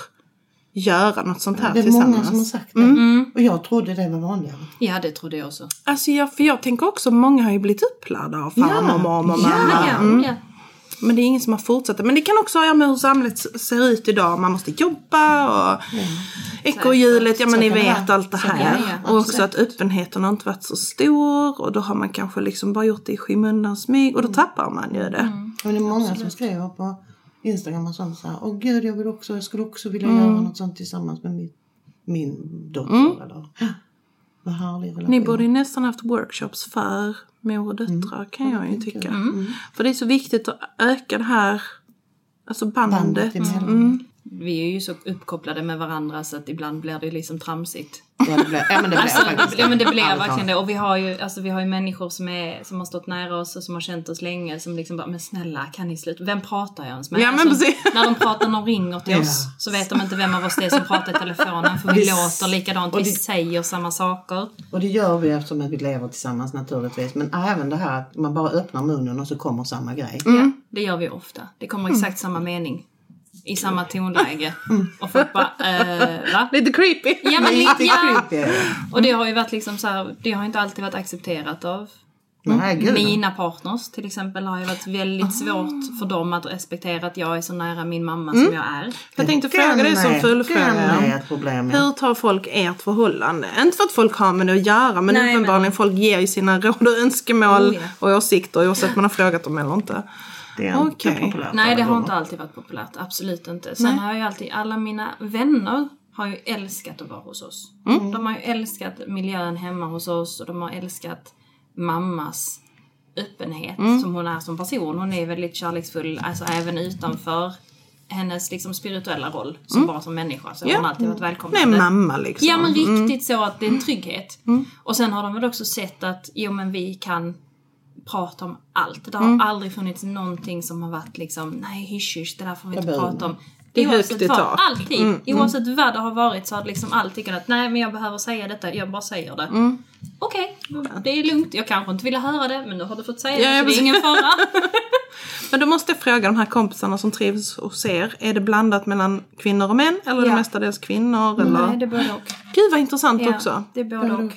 Speaker 1: göra något sånt här
Speaker 3: det är
Speaker 1: tillsammans.
Speaker 3: många som har sagt det.
Speaker 2: Mm.
Speaker 3: Och jag trodde det var vanligare.
Speaker 2: Ja, det trodde jag också.
Speaker 1: Alltså jag, för jag tänker också, många har ju blivit upplärda av farmor,
Speaker 3: Ja.
Speaker 1: mamma och
Speaker 3: Ja,
Speaker 1: mamma.
Speaker 2: Ja,
Speaker 1: Mm.
Speaker 2: ja.
Speaker 1: Men det är ingen som har fortsatt. Men det kan också ha att göra med hur samhället ser ut idag. Man måste jobba och ekohjulet, ja men
Speaker 3: Så
Speaker 1: ni
Speaker 3: kan det
Speaker 1: vet
Speaker 3: vara.
Speaker 1: allt det
Speaker 3: Så kan
Speaker 1: här.
Speaker 2: det vara,
Speaker 1: Och också
Speaker 3: absolut.
Speaker 1: att öppenheten har inte varit så stor. Och då har man kanske liksom bara gjort det i skymundan smyg. Och då tappar man ju det.
Speaker 2: Mm.
Speaker 3: Men det är många som skriver på Instagram och sånt så här, åh gud jag vill också, jag skulle också vilja mm. göra något sånt tillsammans med min, min dotter mm. eller vad härlig relation.
Speaker 1: Ni borde ju nästan haft workshops för mor och döttrar mm. kan jag ju tycka.
Speaker 2: Mm.
Speaker 1: För det är så viktigt att öka det här, alltså bandet.
Speaker 3: Bandet emellan.
Speaker 1: Mm.
Speaker 2: Vi är ju så uppkopplade med varandra så att ibland blir det liksom tramsigt.
Speaker 3: Ja, det blev, ja men det blev
Speaker 2: Alltså,
Speaker 3: faktiskt
Speaker 2: ja, men det blir
Speaker 3: Alltså.
Speaker 2: verkligen det. Och vi har ju, alltså, vi har ju människor som, är, som har stått nära oss och som har känt oss länge. Som liksom bara, men snälla, kan ni sluta? Vem pratar jag ens med?
Speaker 1: Ja, men
Speaker 2: alltså,
Speaker 1: precis.
Speaker 2: när de pratar, någon ringer till
Speaker 3: Ja.
Speaker 2: oss. Så vet de inte vem av oss det är som pratar i telefonen. För vi
Speaker 3: Det-
Speaker 2: låter likadant,
Speaker 3: och
Speaker 2: vi
Speaker 3: det-
Speaker 2: säger samma saker.
Speaker 3: Och det gör vi eftersom att vi lever tillsammans naturligtvis. Men även det här att man bara öppnar munnen och så kommer samma grej.
Speaker 2: Ja, det gör vi ofta. Det kommer exakt samma mening. I samma tonläge. Och folk bara, äh, va?
Speaker 1: Lite creepy.
Speaker 2: Ja, men
Speaker 3: Lite
Speaker 2: lite, ja.
Speaker 3: creepy.
Speaker 2: Och det har ju varit liksom så här, det har inte alltid varit accepterat av
Speaker 3: Nej, gud.
Speaker 2: mina partners till exempel. Har ju varit väldigt svårt för dem att respektera att jag är så nära min mamma som jag är.
Speaker 1: Jag tänkte
Speaker 3: Den
Speaker 1: fråga dig som
Speaker 3: är-
Speaker 1: fullfråga.
Speaker 3: Den är ett problem. Ja.
Speaker 1: Hur tar folk ert förhållande? Inte för att folk har med det att göra, men
Speaker 2: Nej,
Speaker 1: uppenbarligen folk ger ju sina råd och önskemål
Speaker 2: Oh, ja.
Speaker 1: och åsikter oavsett om man har frågat dem eller inte.
Speaker 3: Det är inte
Speaker 1: Okej.
Speaker 3: populärt.
Speaker 2: Nej, det
Speaker 3: alla
Speaker 2: har
Speaker 3: gånger.
Speaker 2: inte alltid varit populärt. Absolut inte. Sen
Speaker 1: Nej.
Speaker 2: har jag alltid, alla mina vänner har ju älskat att vara hos oss.
Speaker 1: Mm.
Speaker 2: De har ju älskat miljön hemma hos oss och de har älskat mammas öppenhet
Speaker 1: Mm.
Speaker 2: som hon är som person. Hon är väldigt kärleksfull, alltså även utanför hennes liksom spirituella roll som bara som människa. Så
Speaker 1: Mm. Ja.
Speaker 2: hon har alltid varit
Speaker 1: Det är
Speaker 2: välkomnande.
Speaker 1: mamma liksom.
Speaker 2: Ja, men
Speaker 1: Mm.
Speaker 2: riktigt så att det är en trygghet. Och sen har de väl också sett att jo, men vi kan prata om allt. Det har
Speaker 1: Mm.
Speaker 2: aldrig funnits någonting som har varit liksom, nej hysch hysch, det där får vi inte
Speaker 3: Tabu.
Speaker 2: prata om.
Speaker 1: Det är
Speaker 2: Oavsett
Speaker 1: högt i
Speaker 2: vad,
Speaker 1: tak.
Speaker 2: alltid.
Speaker 1: Mm,
Speaker 2: Oavsett vad det har varit så har det liksom alltid kunnat, nej men jag behöver säga detta, jag bara säger det.
Speaker 1: Mm.
Speaker 2: Okej, det är lugnt. Jag kanske inte ville höra det, men nu har du fått säga
Speaker 1: Ja,
Speaker 2: det,
Speaker 1: jag
Speaker 2: så det är ingen fara.
Speaker 1: Men då måste jag fråga de här kompisarna som trivs hos er. Är det blandat mellan kvinnor och män? Eller är det
Speaker 2: Ja.
Speaker 1: mestadels kvinnor? Eller?
Speaker 2: Nej, det är både och.
Speaker 1: Gud vad intressant
Speaker 2: Ja,
Speaker 1: också.
Speaker 2: det är både och.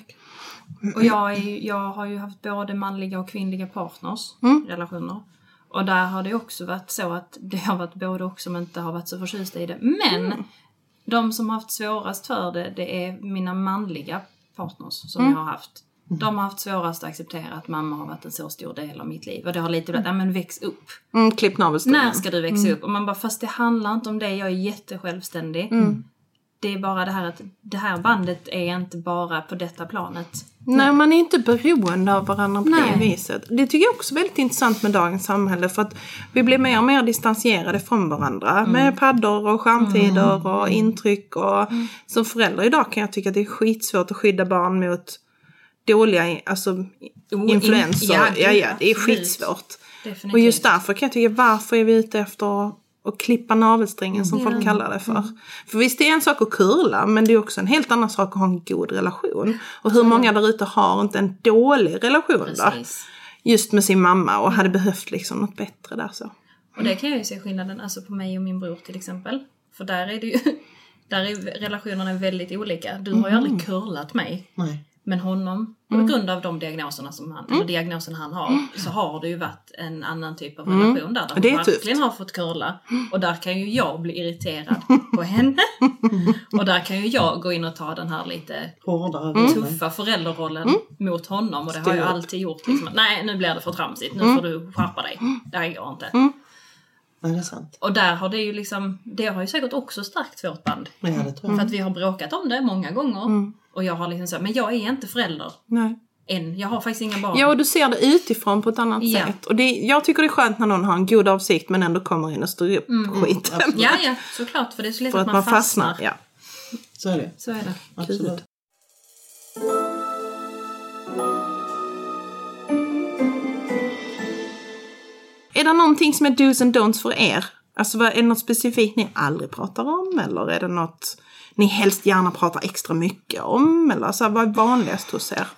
Speaker 2: Och jag, är, ju- jag har ju haft både manliga och kvinnliga partners,
Speaker 1: Mm.
Speaker 2: relationer. Och där har det också varit så att det har varit både och som inte har varit så förtjusta i det. Men
Speaker 1: Mm.
Speaker 2: de som har haft svårast för det, det är mina manliga partners som
Speaker 1: Mm.
Speaker 2: jag har haft. De har haft svårast att acceptera att mamma har varit en så stor del av mitt liv. Och det har lite varit, ja men väx upp.
Speaker 1: Mm, klipp navelsträngen.
Speaker 2: När ska du växa upp? Och man bara, fast det handlar inte om det, jag är jättesjälvständig.
Speaker 1: Mm.
Speaker 2: Det är bara det här att det här bandet är inte bara på detta planet.
Speaker 1: Nej, man är inte beroende av varandra på
Speaker 2: Nej.
Speaker 1: det viset. Det tycker jag också är väldigt intressant med dagens samhälle. För att vi blir mer och mer distanserade från varandra.
Speaker 2: Mm.
Speaker 1: Med paddor och skärmtider och intryck. Och
Speaker 2: Mm.
Speaker 1: som förälder idag kan jag tycka att det är skitsvårt att skydda barn mot dåliga alltså, influenser.
Speaker 2: ja,
Speaker 1: ja, ja, det är
Speaker 2: absolut.
Speaker 1: skitsvårt.
Speaker 2: Definitivt.
Speaker 1: Och just därför kan jag tycka, varför är vi ute efter att klippa navelsträngen som
Speaker 2: Mm.
Speaker 1: folk kallar det för. För visst det är en sak att kurla, men det är också en helt annan sak att ha en god relation. Och hur många där ute har inte en dålig relation då?
Speaker 2: Precis.
Speaker 1: Just med sin mamma och hade behövt liksom något bättre där så.
Speaker 2: Och det kan jag ju se skillnaden alltså på mig och min bror till exempel. För där är det ju, där är relationerna väldigt olika. Du har ju aldrig curlat mig.
Speaker 3: Nej.
Speaker 2: Men honom, på
Speaker 1: Mm.
Speaker 2: grund av de diagnoserna som han,
Speaker 1: Mm.
Speaker 2: eller diagnosen han har,
Speaker 1: Mm.
Speaker 2: så har det ju varit en annan typ av
Speaker 1: Mm.
Speaker 2: relation där. Där
Speaker 1: Det är
Speaker 2: hon
Speaker 1: tufft.
Speaker 2: verkligen har fått curla. Och där kan ju jag bli irriterad på henne. Och där kan ju jag gå in och ta den här lite
Speaker 3: Hårdare.
Speaker 1: Mm.
Speaker 2: tuffa förälderrollen
Speaker 1: Mm.
Speaker 2: mot honom. Och det har
Speaker 3: Stor.
Speaker 2: jag alltid gjort. Liksom, att, nej, nu blir det för tramsigt. Nu
Speaker 1: Mm.
Speaker 2: får du skärpa dig. Det här går inte.
Speaker 1: Mm.
Speaker 3: Nej, det är sant.
Speaker 2: Och där har det ju liksom, det har ju säkert också stärkt vårt band.
Speaker 3: Ja, det tror jag.
Speaker 2: För att vi har bråkat om det många gånger.
Speaker 1: Mm.
Speaker 2: Och jag har liksom så, men jag är inte förälder
Speaker 1: Nej.
Speaker 2: än. Jag har faktiskt inga barn.
Speaker 1: Ja, och du ser det utifrån på ett annat
Speaker 2: Ja.
Speaker 1: sätt. Och det, jag tycker det är skönt när någon har en god avsikt men ändå kommer in och styr upp
Speaker 2: Mm.
Speaker 1: skiten.
Speaker 2: Ja, ja, såklart. För det är så lätt
Speaker 1: För
Speaker 2: att,
Speaker 1: att
Speaker 2: man fastnar.
Speaker 1: Ja.
Speaker 3: Så är det.
Speaker 2: Så är det.
Speaker 3: Absolut.
Speaker 1: Gud. Är det någonting som är do's and don'ts för er? Alltså vad, är det något specifikt ni aldrig pratar om? Eller är det något ni helst gärna pratar extra mycket om? Eller alltså, vad är vanligast hos er?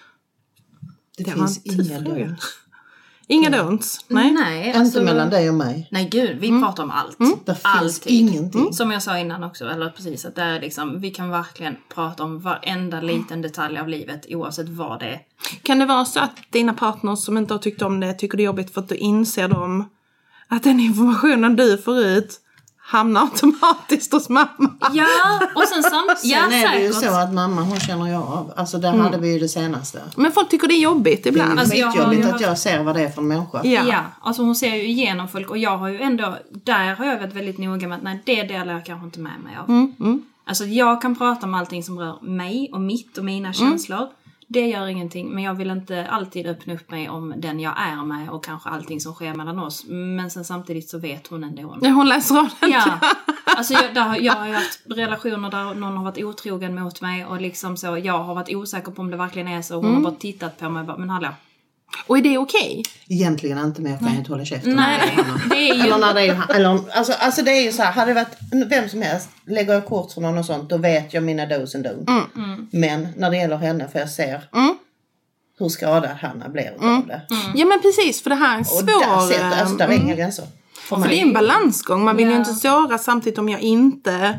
Speaker 3: Det,
Speaker 1: Det var
Speaker 3: finns
Speaker 1: en tuff
Speaker 3: inga
Speaker 1: fråga.
Speaker 3: dörr.
Speaker 1: Inga don'ts? Nej.
Speaker 2: Nej,
Speaker 3: Inte
Speaker 2: alltså,
Speaker 3: mellan dig och mig.
Speaker 2: nej gud, vi
Speaker 1: Mm.
Speaker 2: pratar om allt.
Speaker 3: Det finns
Speaker 2: Alltid.
Speaker 3: ingenting.
Speaker 2: Som jag sa innan också, eller precis, att det är liksom, vi kan verkligen prata om varenda liten detalj av livet oavsett vad det är.
Speaker 1: Kan det vara så att dina partners som inte har tyckt om det tycker det är jobbigt för att du inser dem att den informationen du får ut hamnar automatiskt hos mamma?
Speaker 2: Ja, och sen samt,
Speaker 3: Sen
Speaker 2: ja
Speaker 3: är det ju
Speaker 2: säkert.
Speaker 3: så att mamma, hon känner jag av. Alltså det hade vi ju det senaste.
Speaker 1: Men folk tycker det är jobbigt
Speaker 3: Det är
Speaker 1: ibland.
Speaker 2: Alltså, jag har
Speaker 3: skitjobbigt
Speaker 2: ju
Speaker 3: att
Speaker 2: haft-
Speaker 3: jag ser vad det är för en människa.
Speaker 1: Ja.
Speaker 2: Ja, alltså hon ser ju igenom folk och jag har ju ändå, där har jag varit väldigt noga med att nej, det delar jag kanske inte med mig av.
Speaker 1: Mm, mm.
Speaker 2: Alltså jag kan prata om allting som rör mig och mitt och mina känslor. Det gör ingenting, men jag vill inte alltid öppna upp mig om den jag är med och kanske allting som sker mellan oss. Men sen samtidigt så vet hon ändå.
Speaker 1: Ja, hon läser av den.
Speaker 2: Ja, alltså jag, där, har- jag har ju haft relationer där någon har varit otrogen mot mig och liksom så, jag har varit osäker på om det verkligen är så. Hon har bara tittat på mig och bara, men hallå.
Speaker 1: Och är det okej?
Speaker 3: Egentligen inte, men jag kan ju inte hålla käften.
Speaker 2: Nej, det är ju...
Speaker 3: Eller när det är, eller, alltså, alltså det är ju så här, hade det varit vem som helst, lägger jag kort för någon och sånt, då vet jag mina do's and don'ts.
Speaker 2: Mm.
Speaker 3: Men när det gäller henne, för jag ser
Speaker 1: Mm.
Speaker 3: hur skadad Hanna blir utav det.
Speaker 1: Ja men precis, för det här är en
Speaker 3: Och
Speaker 1: svår...
Speaker 3: där, sätter, alltså, där är
Speaker 1: mm.
Speaker 3: inga gränser. För
Speaker 1: För det är
Speaker 3: mig.
Speaker 1: en balansgång. Man vill ju
Speaker 2: Ja.
Speaker 1: inte såra samtidigt om jag inte...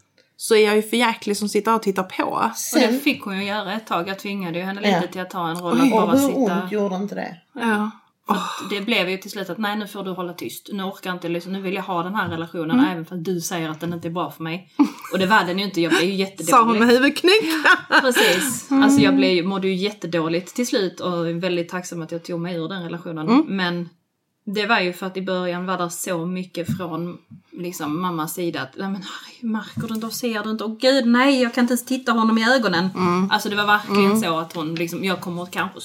Speaker 1: Så är jag ju för jäklig som sitter och tittar på.
Speaker 2: Och det
Speaker 3: Sen,
Speaker 2: fick hon ju göra ett tag. Jag tvingade ju henne
Speaker 3: Ja.
Speaker 2: lite till att ta en roll
Speaker 1: Oj.
Speaker 2: och bara
Speaker 3: och hur
Speaker 2: sitta...
Speaker 3: ont gjorde inte det?
Speaker 1: Ja.
Speaker 2: För att det blev ju till slut att nej, nu får du hålla tyst. Nu orkar jag inte lyssna. Nu vill jag ha den här relationen även för att du säger att den inte är bra för mig. Och det var den ju inte. Jag blev ju
Speaker 1: Sa hon med
Speaker 2: jättedålig.
Speaker 1: huvudknyck.
Speaker 2: Precis. Alltså jag blev, mådde ju jättedåligt till slut och är väldigt tacksam att jag tog mig ur den relationen. Men det var ju för att i början var det så mycket från liksom mammas sida att nej men Harry, märker du inte och ser du inte? Åh gud nej, jag kan inte ens titta honom i ögonen. Alltså det var verkligen så att hon liksom, jag kommer att kanske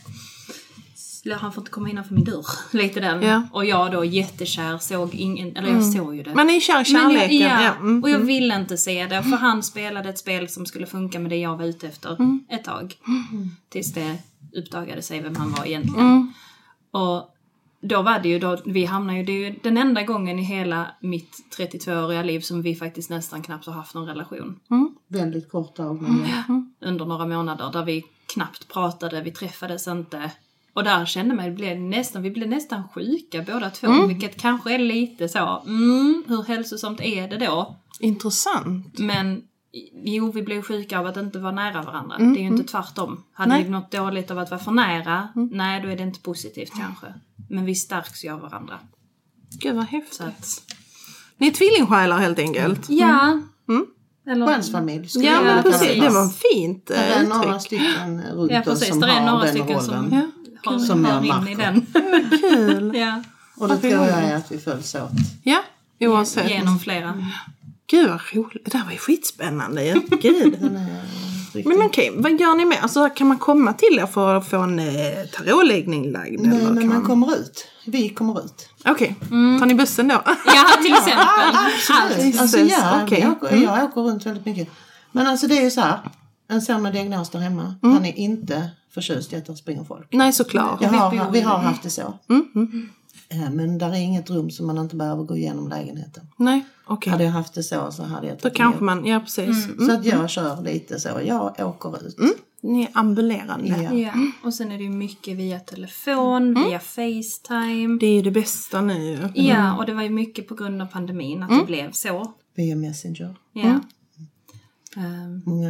Speaker 2: han får inte komma innanför min dörr. Lite den.
Speaker 1: Ja.
Speaker 2: Och jag då jättekär såg ingen, eller jag såg ju det.
Speaker 1: Man är kär i
Speaker 2: Men
Speaker 1: kärleken.
Speaker 2: jag, ja,
Speaker 1: Ja. Mm.
Speaker 2: och jag ville inte se det. För han spelade ett spel som skulle funka med det jag var ute efter ett tag. Tills det uppdagade sig vem han var egentligen.
Speaker 1: Mm.
Speaker 2: Och då var det ju, då, vi hamnade ju, det är ju den enda gången i hela mitt trettiotvååriga liv som vi faktiskt nästan knappt har haft någon relation.
Speaker 3: Väldigt kort tag. Men ja.
Speaker 2: Under några månader där vi knappt pratade, vi träffades inte. Och där kände man, blev nästan, vi blev nästan sjuka båda två.
Speaker 1: Mm.
Speaker 2: Vilket kanske är lite så, mm, hur hälsosamt är det då?
Speaker 1: Intressant.
Speaker 2: Men jo, vi blev sjuka av att inte vara nära varandra.
Speaker 1: Mm,
Speaker 2: Det är ju inte tvärtom. Hade
Speaker 1: Nej.
Speaker 2: vi något dåligt av att vara för nära, nej då är det inte positivt kanske. Men vi stärks ju av varandra.
Speaker 1: Gud vad häftigt.
Speaker 2: Så att,
Speaker 1: Ni är tvillingsjälar helt enkelt.
Speaker 2: ja.
Speaker 1: Mm.
Speaker 2: Eller,
Speaker 3: Själsfamilj skulle
Speaker 1: Ja
Speaker 3: jag
Speaker 1: men
Speaker 3: vilja kalla
Speaker 1: precis,
Speaker 3: det.
Speaker 1: det var fint
Speaker 3: Det är
Speaker 1: eh,
Speaker 3: några
Speaker 1: uttryck.
Speaker 3: stycken runt
Speaker 2: ja
Speaker 3: oss
Speaker 2: precis,
Speaker 3: som
Speaker 2: det är
Speaker 3: har
Speaker 2: några
Speaker 3: den
Speaker 2: stycken
Speaker 3: rollen.
Speaker 2: som,
Speaker 1: Ja.
Speaker 2: har,
Speaker 3: Som jag
Speaker 2: hör in i
Speaker 3: märker.
Speaker 2: den.
Speaker 1: Kul.
Speaker 2: Ja,
Speaker 3: Och det tror jag är att vi följs åt.
Speaker 1: Ja, oavsett.
Speaker 2: genom flera.
Speaker 1: Gud vad roligt. Det där var ju skitspännande ju. Gud.
Speaker 3: Den är riktigt.
Speaker 1: Men okej, vad gör ni med? Alltså kan man komma till er för att få en eh, tarotläggning lagd?
Speaker 3: Nej,
Speaker 1: eller
Speaker 3: men
Speaker 1: kan
Speaker 3: man kommer ut. Vi kommer ut.
Speaker 1: Okej, tar ni bussen då?
Speaker 2: Ja, till exempel. Allt.
Speaker 3: Alltså, alltså
Speaker 1: Jesus,
Speaker 3: ja,
Speaker 1: okej.
Speaker 3: jag, åker, jag åker runt väldigt mycket. Men alltså det är ju så här. En sån med diagnos där hemma. Han är inte förtjust i att det springer folk.
Speaker 1: Nej, såklart.
Speaker 3: Jag
Speaker 2: vi
Speaker 3: har,
Speaker 2: bor
Speaker 3: vi
Speaker 2: i-
Speaker 3: har haft det så.
Speaker 1: Mm, mm.
Speaker 3: Eh, Men där är inget rum som man inte behöver gå igenom lägenheten.
Speaker 1: Nej, okej.
Speaker 3: Hade jag haft det så så hade jag
Speaker 1: Då
Speaker 3: tagit
Speaker 1: kanske
Speaker 3: med.
Speaker 1: man, ja precis. Mm.
Speaker 3: Så att jag kör lite så. Jag åker ut.
Speaker 1: Ni är ambulerande.
Speaker 3: Ja.
Speaker 2: Ja, och sen är det ju mycket via telefon, via FaceTime.
Speaker 1: Det är ju det bästa nu.
Speaker 2: Ja, och det var ju mycket på grund av pandemin att det blev så.
Speaker 3: Via Messenger.
Speaker 2: Ja. Ehm,
Speaker 3: Många grejer.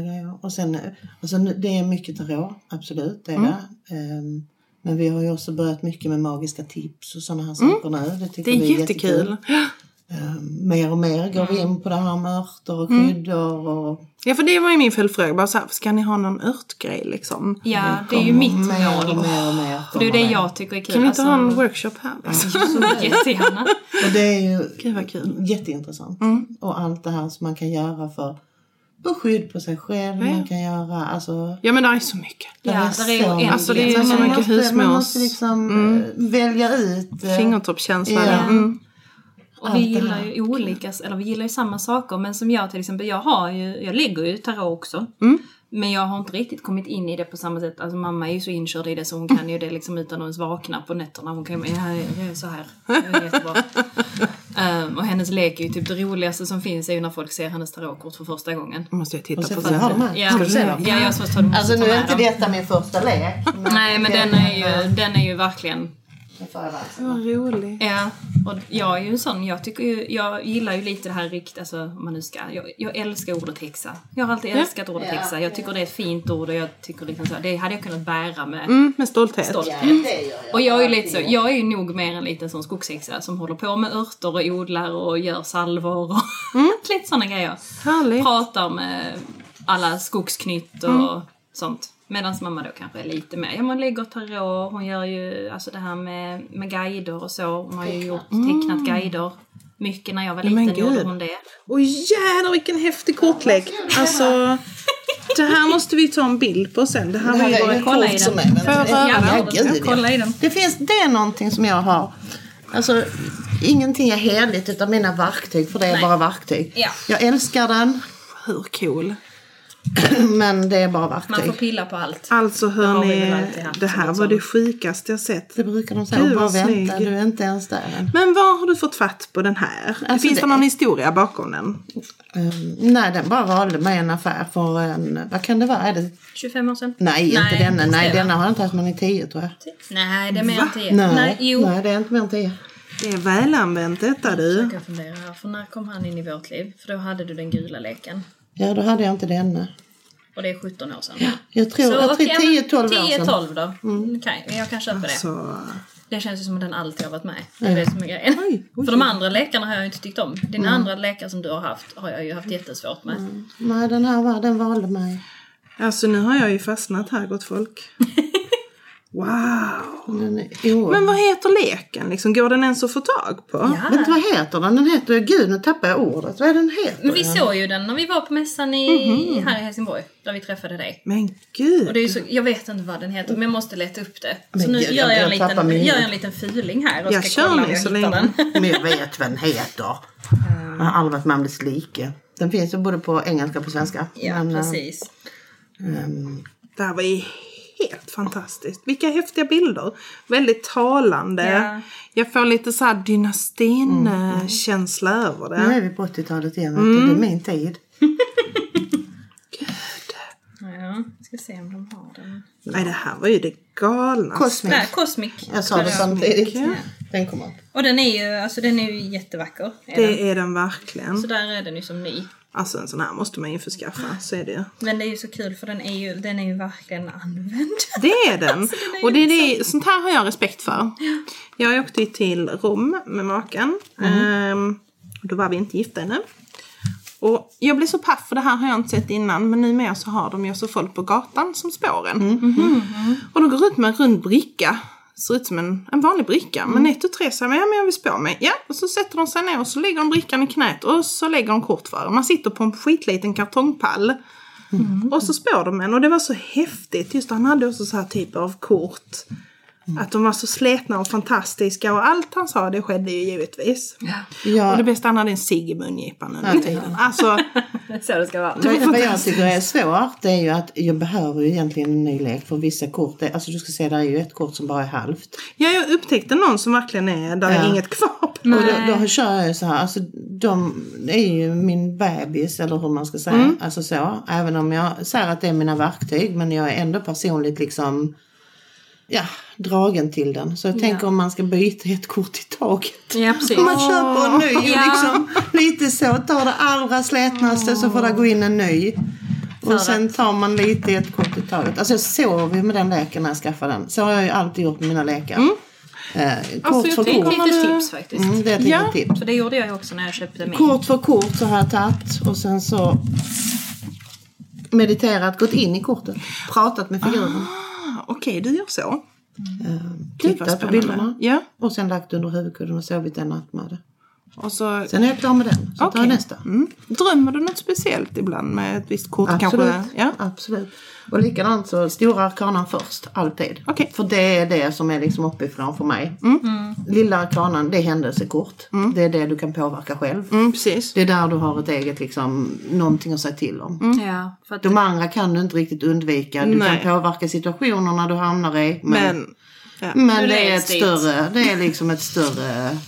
Speaker 3: och sen, alltså, det är mycket tarot, absolut, det är mm. det. Um, men vi har ju också börjat mycket med magiska tips och sådana här saker mm. nu. Det tycker
Speaker 1: det är
Speaker 3: vi är
Speaker 1: jättekul.
Speaker 3: jättekul. Um, mer och mer går vi in på det här med örter och kryddor och...
Speaker 1: Ja, för det var ju min följdfråga. Bara så här, ska ni ha någon örtgrej liksom?
Speaker 2: Ja, det är ju mitt mål.
Speaker 3: Mer och mer och mer.
Speaker 2: För det är det jag tycker är kul.
Speaker 1: Kan vi inte
Speaker 2: alltså,
Speaker 1: ha en workshop här? Liksom?
Speaker 2: Ja, jättegärna.
Speaker 3: Och det är ju
Speaker 1: Gud, vad kul.
Speaker 3: Jätteintressant.
Speaker 1: Mm.
Speaker 3: Och allt det här som man kan göra för beskydd på sig själv.
Speaker 1: Ja.
Speaker 3: Man kan göra, alltså...
Speaker 1: Ja, men det är så mycket.
Speaker 2: Ja, det är ju en
Speaker 1: alltså, det är så
Speaker 3: man
Speaker 1: mycket
Speaker 3: måste,
Speaker 1: husmås.
Speaker 3: man måste liksom mm. välja ut...
Speaker 1: Fingertoppskänsla.
Speaker 3: Ja.
Speaker 1: Mm.
Speaker 2: Och vi gillar ju olika, eller vi gillar ju samma saker. Men som jag till exempel, jag har ju, jag lägger ju tarot också. Mm. Men jag har inte riktigt kommit in i det på samma sätt. Alltså mamma är ju så inkörd i det så hon kan ju det liksom utan att ens vakna på nätterna. Hon kan ju, ja, det är så här. Det är jättebra. um, och hennes lek är ju typ det roligaste som finns är ju när folk ser hennes tarotkort för första gången.
Speaker 1: Måste jag titta
Speaker 3: på
Speaker 1: på
Speaker 3: det.
Speaker 2: Ja, ska du se dem? Ja, jag måste ta dem.
Speaker 3: Alltså nu är inte detta min första lek.
Speaker 2: Men nej, men den är ju, den är ju verkligen...
Speaker 1: Vad roligt.
Speaker 2: Ja, och jag är ju en sån, jag tycker ju, jag gillar ju lite det här rikt, alltså om man nu ska, jag, jag älskar ordet häxa. Jag har alltid älskat ordet
Speaker 3: ja.
Speaker 2: häxa. Jag tycker det är ett fint ord och jag tycker liksom så, det hade jag kunnat bära med,
Speaker 1: mm, med stolthet.
Speaker 2: stolthet.
Speaker 3: Ja, det gör jag.
Speaker 2: Och jag är ju lite så, jag är ju nog mer en liten sån skogshäxa som håller på med örter och odlar och gör salvor och mm. lite såna grejer.
Speaker 1: Härligt.
Speaker 2: Pratar med alla skogsknytt och mm. sånt. Medan mamma då kanske är lite mer. Ja, man lägger tarot. Hon gör ju alltså det här med, med guider och så. Hon har ju gjort tecknat mm. guider. Mycket när jag var liten
Speaker 1: Men
Speaker 2: gjorde hon det.
Speaker 1: Oj jävlar vilken häftig kortlägg. Alltså, det här måste vi ta en bild på sen. Det här
Speaker 3: det här
Speaker 1: var ju
Speaker 3: ju
Speaker 1: bara
Speaker 3: ett kort som är. Men,
Speaker 1: ja,
Speaker 3: ja,
Speaker 2: ja, gud, kolla i den.
Speaker 3: Det finns, det är någonting som jag har. Alltså, ingenting är heligt utan mina verktyg. För det är Nej. bara verktyg.
Speaker 2: Ja.
Speaker 3: Jag älskar den.
Speaker 1: Hur cool.
Speaker 3: Men det är bara verktyg.
Speaker 2: Man får pilla på allt.
Speaker 1: Alltså hörni, det, det här var det sjukaste jag sett.
Speaker 3: Det brukar de säga. Bara vänta, du är inte ens där än.
Speaker 1: Men vad har du fått fatt på den här? Alltså Finns det, det någon historia bakom den?
Speaker 3: Um, nej, den bara valde mig en affär för en, vad kan det vara? Är det
Speaker 2: tjugofem år sedan?
Speaker 3: Nej,
Speaker 2: nej
Speaker 3: inte denna. Nej,
Speaker 2: det,
Speaker 3: denna har jag inte haft man i tio tror jag.
Speaker 2: Nej, det är mer än tio.
Speaker 3: Nej,
Speaker 2: nej, jo.
Speaker 3: nej, det är inte mer än tio.
Speaker 1: Det är väl använt detta du.
Speaker 2: Jag ska fundera här, för när kom han in i vårt liv? För då hade du den gula leken.
Speaker 3: Ja, då hade jag inte denna.
Speaker 2: Och det är sjutton år sedan.
Speaker 3: Ja, jag tror
Speaker 2: så,
Speaker 3: att
Speaker 2: okay,
Speaker 3: tio tolv år sedan.
Speaker 2: tio tolv då. Mm. Okej, okay, jag kan köpa
Speaker 1: alltså...
Speaker 2: det. Det känns ju som att den alltid har varit med. Det är det som är grejen. Oj, oj. För de andra lekarna har jag ju inte tyckt om. Dina mm. andra lekar som du har haft har jag ju haft jättesvårt med.
Speaker 3: Mm. Nej, den här var, den valde mig.
Speaker 1: Alltså nu har jag ju fastnat här, gott folk. Wow!
Speaker 3: Den är,
Speaker 1: men vad heter leken? Liksom, går den ens att få tag på?
Speaker 3: Ja. Vet du vad heter den? Den heter, gud nu tappar jag ordet. Vad är den heter?
Speaker 2: Men vi såg ju den när vi var på mässan i, mm-hmm. här i Helsingborg. Där vi träffade dig.
Speaker 1: Men gud!
Speaker 2: Och det är så, jag vet inte vad den heter men jag måste leta upp det.
Speaker 3: Men
Speaker 2: så nu
Speaker 3: gud,
Speaker 2: gör jag, en
Speaker 3: jag
Speaker 2: liten, gör jag en liten feeling här och
Speaker 1: jag
Speaker 2: ska kolla om jag
Speaker 1: så
Speaker 2: hittar den.
Speaker 3: Men jag vet vad den heter. Jag har aldrig varit med om dess like. Den finns ju både på engelska och på svenska.
Speaker 2: Ja, men, precis.
Speaker 3: Um,
Speaker 1: det här var ju helt fantastiskt. Vilka häftiga bilder. Väldigt talande. Ja. Jag får lite så här dynastin-känsla mm. över det.
Speaker 3: Nu är vi på åttiotalet igen. Mm. Det är min tid.
Speaker 1: Gud.
Speaker 2: Ja, ska se om de har den.
Speaker 1: Nej, det här var ju det galna.
Speaker 3: Cosmic.
Speaker 2: Nej, Cosmic.
Speaker 3: Jag sa det samtidigt.
Speaker 1: Ja.
Speaker 3: Den kommer upp.
Speaker 2: Och den är ju, alltså den är ju jättevacker.
Speaker 1: Är det den? Är den verkligen.
Speaker 2: Så där är den ju som ny.
Speaker 1: Alltså en sån här måste man ju förskaffa, så är det.
Speaker 2: Men det är ju så kul för den är ju, den är ju verkligen använd.
Speaker 1: Det är den.
Speaker 2: Alltså, den är
Speaker 1: och det är det, sånt här har jag respekt för. Ja. Jag åkte till Rom med maken. Mm. Um, då var vi inte gifta ännu. Och jag blev så paff för det här har jag inte sett innan. Men numera så har de ju så folk på gatan som spåren. Mm. Mm. Mm. Och de går ut med en rund bricka. Ser ut som en, en vanlig bricka. Mm. Men ett och tre säger, ja men jag vill spå mig. Ja, och så sätter de sig ner och så lägger de brickan i knät. Och så lägger de kort för. Man sitter på en skitliten kartongpall. Mm. Och så spår de en. Och det var så häftigt. Just han hade också så här typer av kort. Mm. Att de var så slätna och fantastiska. Och allt han sa, det skedde ju givetvis. Ja. Ja. Och det bästa, han hade en cigg i mungipan under tiden. Alltså,
Speaker 2: så det ska vara.
Speaker 3: Det vad jag tycker är svårt, det är ju att jag behöver ju egentligen en ny lek för vissa kort. Alltså du ska se, där är ju ett kort som bara är halvt.
Speaker 1: Ja, jag upptäckte någon som verkligen är, där ja. är inget kvar på.
Speaker 3: Och då, då kör jag så här, alltså de är ju min bebis, eller hur man ska säga. Mm. Alltså så, även om jag säger att det är mina verktyg, men jag är ändå personligt liksom... Ja, dragen till den. Så jag ja. tänker om man ska byta ett kort i taget.
Speaker 2: Ja, precis.
Speaker 3: Om man köper en ny och ja. liksom lite så tar det allra slätnaste oh. så får det gå in en ny. Och sen tar man lite ett kort i taget. Alltså jag sov ju med den leken när jag skaffade den. Så har jag ju alltid gjort med mina lekar. Mm. Eh, kort
Speaker 2: alltså,
Speaker 3: för
Speaker 2: det är
Speaker 3: kort.
Speaker 2: ett litet tips faktiskt.
Speaker 3: Mm, det är ett litet
Speaker 2: ja,
Speaker 3: tips.
Speaker 2: för det gjorde jag också när jag köpte min.
Speaker 3: Kort för kort så har jag tagit och sen så mediterat, gått in i kortet. Pratat med figuren.
Speaker 1: Ah, Okej, okay, du gör så.
Speaker 3: Mm. Tittat på bilderna.
Speaker 1: Ja.
Speaker 3: Och sen lagt under huvudkudden och sovit en natt med det.
Speaker 1: Och så...
Speaker 3: Sen är jag klar med den. Så okay. tar jag nästa.
Speaker 1: Mm. Drömmer du något speciellt ibland med ett visst kort?
Speaker 3: Absolut.
Speaker 1: Kanske? Ja,
Speaker 3: absolut. Och likadant så stora arkanan först. Alltid.
Speaker 1: Okay.
Speaker 3: För det är det som är liksom uppifrån för mig.
Speaker 1: Mm.
Speaker 3: Mm. Lilla arkanan, det är händelsekort. Mm. Det är det du kan påverka själv.
Speaker 1: Mm, precis.
Speaker 3: Det är där du har ett eget liksom, någonting att säga till om.
Speaker 2: Mm. Ja, för att
Speaker 3: de andra kan du inte riktigt undvika. Du Nej. kan påverka situationerna du hamnar i. Men, men, ja. men det är ett dit. större, det är liksom ett större...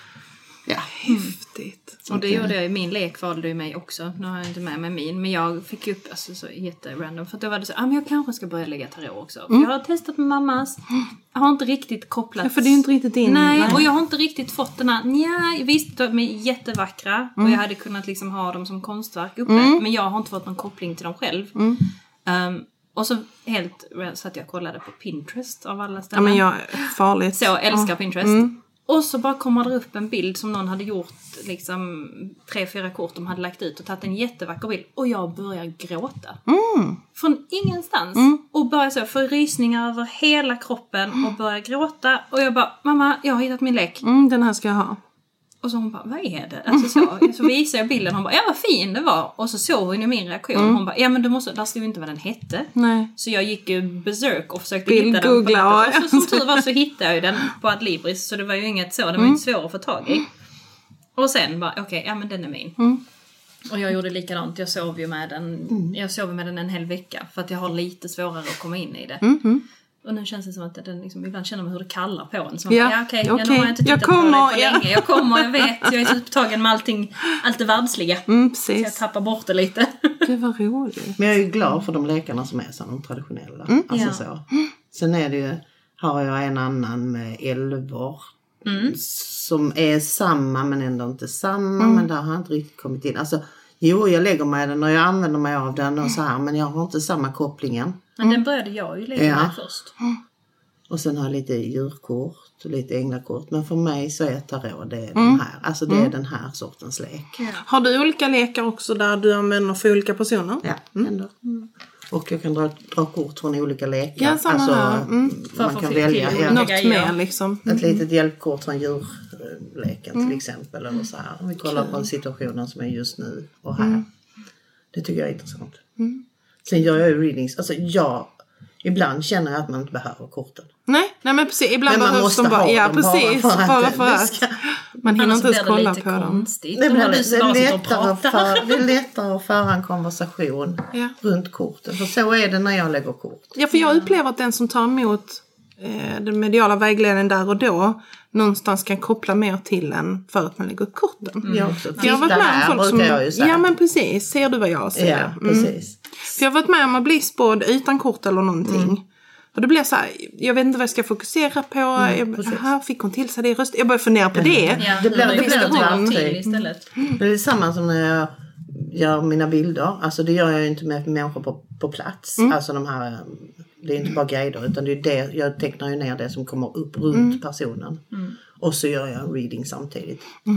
Speaker 3: Ja.
Speaker 1: Häftigt.
Speaker 2: Och det gjorde jag i min lek, valde ju mig också. Nu har jag inte med mig min. Men jag fick upp, alltså så jätterandom. För att då var det så, ah, men jag kanske ska börja lägga tarot också. Mm. För jag har testat med mammas. Jag har inte riktigt kopplat.
Speaker 1: Ja, för det är inte riktigt in.
Speaker 2: Nej, Nej, och jag har inte riktigt fått den här, nja, visst de är jättevackra. Mm. Och jag hade kunnat liksom ha dem som konstverk uppe. Mm. Men jag har inte fått någon koppling till dem själv. Mm. Um, och så helt, så att jag kollade på Pinterest av alla ställen.
Speaker 1: Ja, men jag farligt.
Speaker 2: Så jag älskar oh. Pinterest. Mm. Och så bara kommer det upp en bild som någon hade gjort liksom tre, fyra kort de hade lagt ut och tagit en jättevacker bild. Och jag börjar gråta. Mm. Från ingenstans. Mm. Och bara så, får rysningar över hela kroppen och börjar gråta. Och jag bara, mamma, jag har hittat min lek.
Speaker 1: Mm, den här ska jag ha.
Speaker 2: Och så hon bara, vad är det? Alltså så, så visar jag bilden. Hon bara, ja vad fin det var. Och så såg hon ju min reaktion. Mm. Hon bara, ja men du måste, där stod ju inte vad den hette.
Speaker 1: Nej.
Speaker 2: Så jag gick ju berserk och försökte
Speaker 1: Bild,
Speaker 2: hitta
Speaker 1: googla,
Speaker 2: den.
Speaker 1: Ja.
Speaker 2: Och så, som tur var så hittade jag ju den på Adlibris. Så det var ju inget så, det var mm. inte svårt att få tag i. Och sen bara, okej, okay, ja men den är min. Mm. Och jag gjorde likadant, jag sov ju med den, mm. jag sov med den en hel vecka. För att jag har lite svårare att komma in i det. Mm. Mm. Och nu känns det som att den liksom, ibland känner man hur det kallar på en. Så
Speaker 1: ja,
Speaker 2: ja okej, okay,
Speaker 1: okay.
Speaker 2: jag har inte tittat
Speaker 1: jag kommer,
Speaker 2: på det för
Speaker 1: ja.
Speaker 2: länge. Jag kommer, jag vet, jag är så upptagen med allting, allt det världsliga.
Speaker 1: Mm, precis.
Speaker 2: Så jag tappar bort det lite.
Speaker 1: Det var roligt.
Speaker 3: Men jag är ju glad för de lekarna som är så, de traditionella. Mm. Alltså ja. så. Sen är det ju, har jag en annan med älvor. Mm. Som är samma men ändå inte samma. Mm. Men där har jag inte riktigt kommit in. Alltså, jo jag lägger mig den och jag använder mig av den och så här. Men jag har inte samma kopplingen.
Speaker 2: Men den började jag ju lägga ja. mig först.
Speaker 3: Och sen har jag lite djurkort och lite änglakort. Men för mig så är tarot det är mm. den här. Alltså det är mm. den här sortens lek.
Speaker 1: Ja. Har du olika lekar också där du använder för olika personer?
Speaker 3: Ja, mm. ändå. Mm. Och jag kan dra, dra kort från olika lekar.
Speaker 1: Ja, samma
Speaker 3: alltså,
Speaker 1: här. Mm.
Speaker 3: Man för kan välja
Speaker 1: ja. något mer liksom.
Speaker 3: Mm. Ett litet hjälpkort från djurleken mm. till exempel. Eller så här. Vi kollar på situationen som är just nu och här. Mm. Det tycker jag är intressant. Mm. Sen gör jag ju readings. Alltså jag... Ibland känner jag att man inte behöver korten.
Speaker 1: Nej, nej men precis. Ibland
Speaker 3: men man
Speaker 1: behövs de bara, ja precis, bara för att, bara för att. Ska... man hinner inte ens kolla på dem.
Speaker 3: Det, det, blir, det, är lättare för, det är lättare att föra en konversation ja. runt korten. För så är det när jag lägger kort.
Speaker 1: Ja, för jag upplever att den som tar emot eh, den mediala vägledningen där och då någonstans kan koppla mer till en för att man lägger upp korten.
Speaker 3: Mm. Jag också.
Speaker 1: För jag har varit med om folk som... Jag ja, men precis. Ser du vad jag ser?
Speaker 3: Ja, precis. Mm.
Speaker 1: För jag har varit med om att bli spådd utan kort eller någonting. Mm. Och det blev så här, jag vet inte vad jag ska fokusera på. Mm, jag, aha, fick hon till sig det i röst? Jag började fundera på det.
Speaker 2: Ja, det blir det blir till istället.
Speaker 3: Mm. Det är samma som när jag gör mina bilder. Alltså det gör jag ju inte med människor på, på plats. Mm. Alltså de här, det är inte bara guider utan det är det, jag tecknar ju ner det som kommer upp runt mm. personen. Mm. Och så gör jag en reading samtidigt. Mm.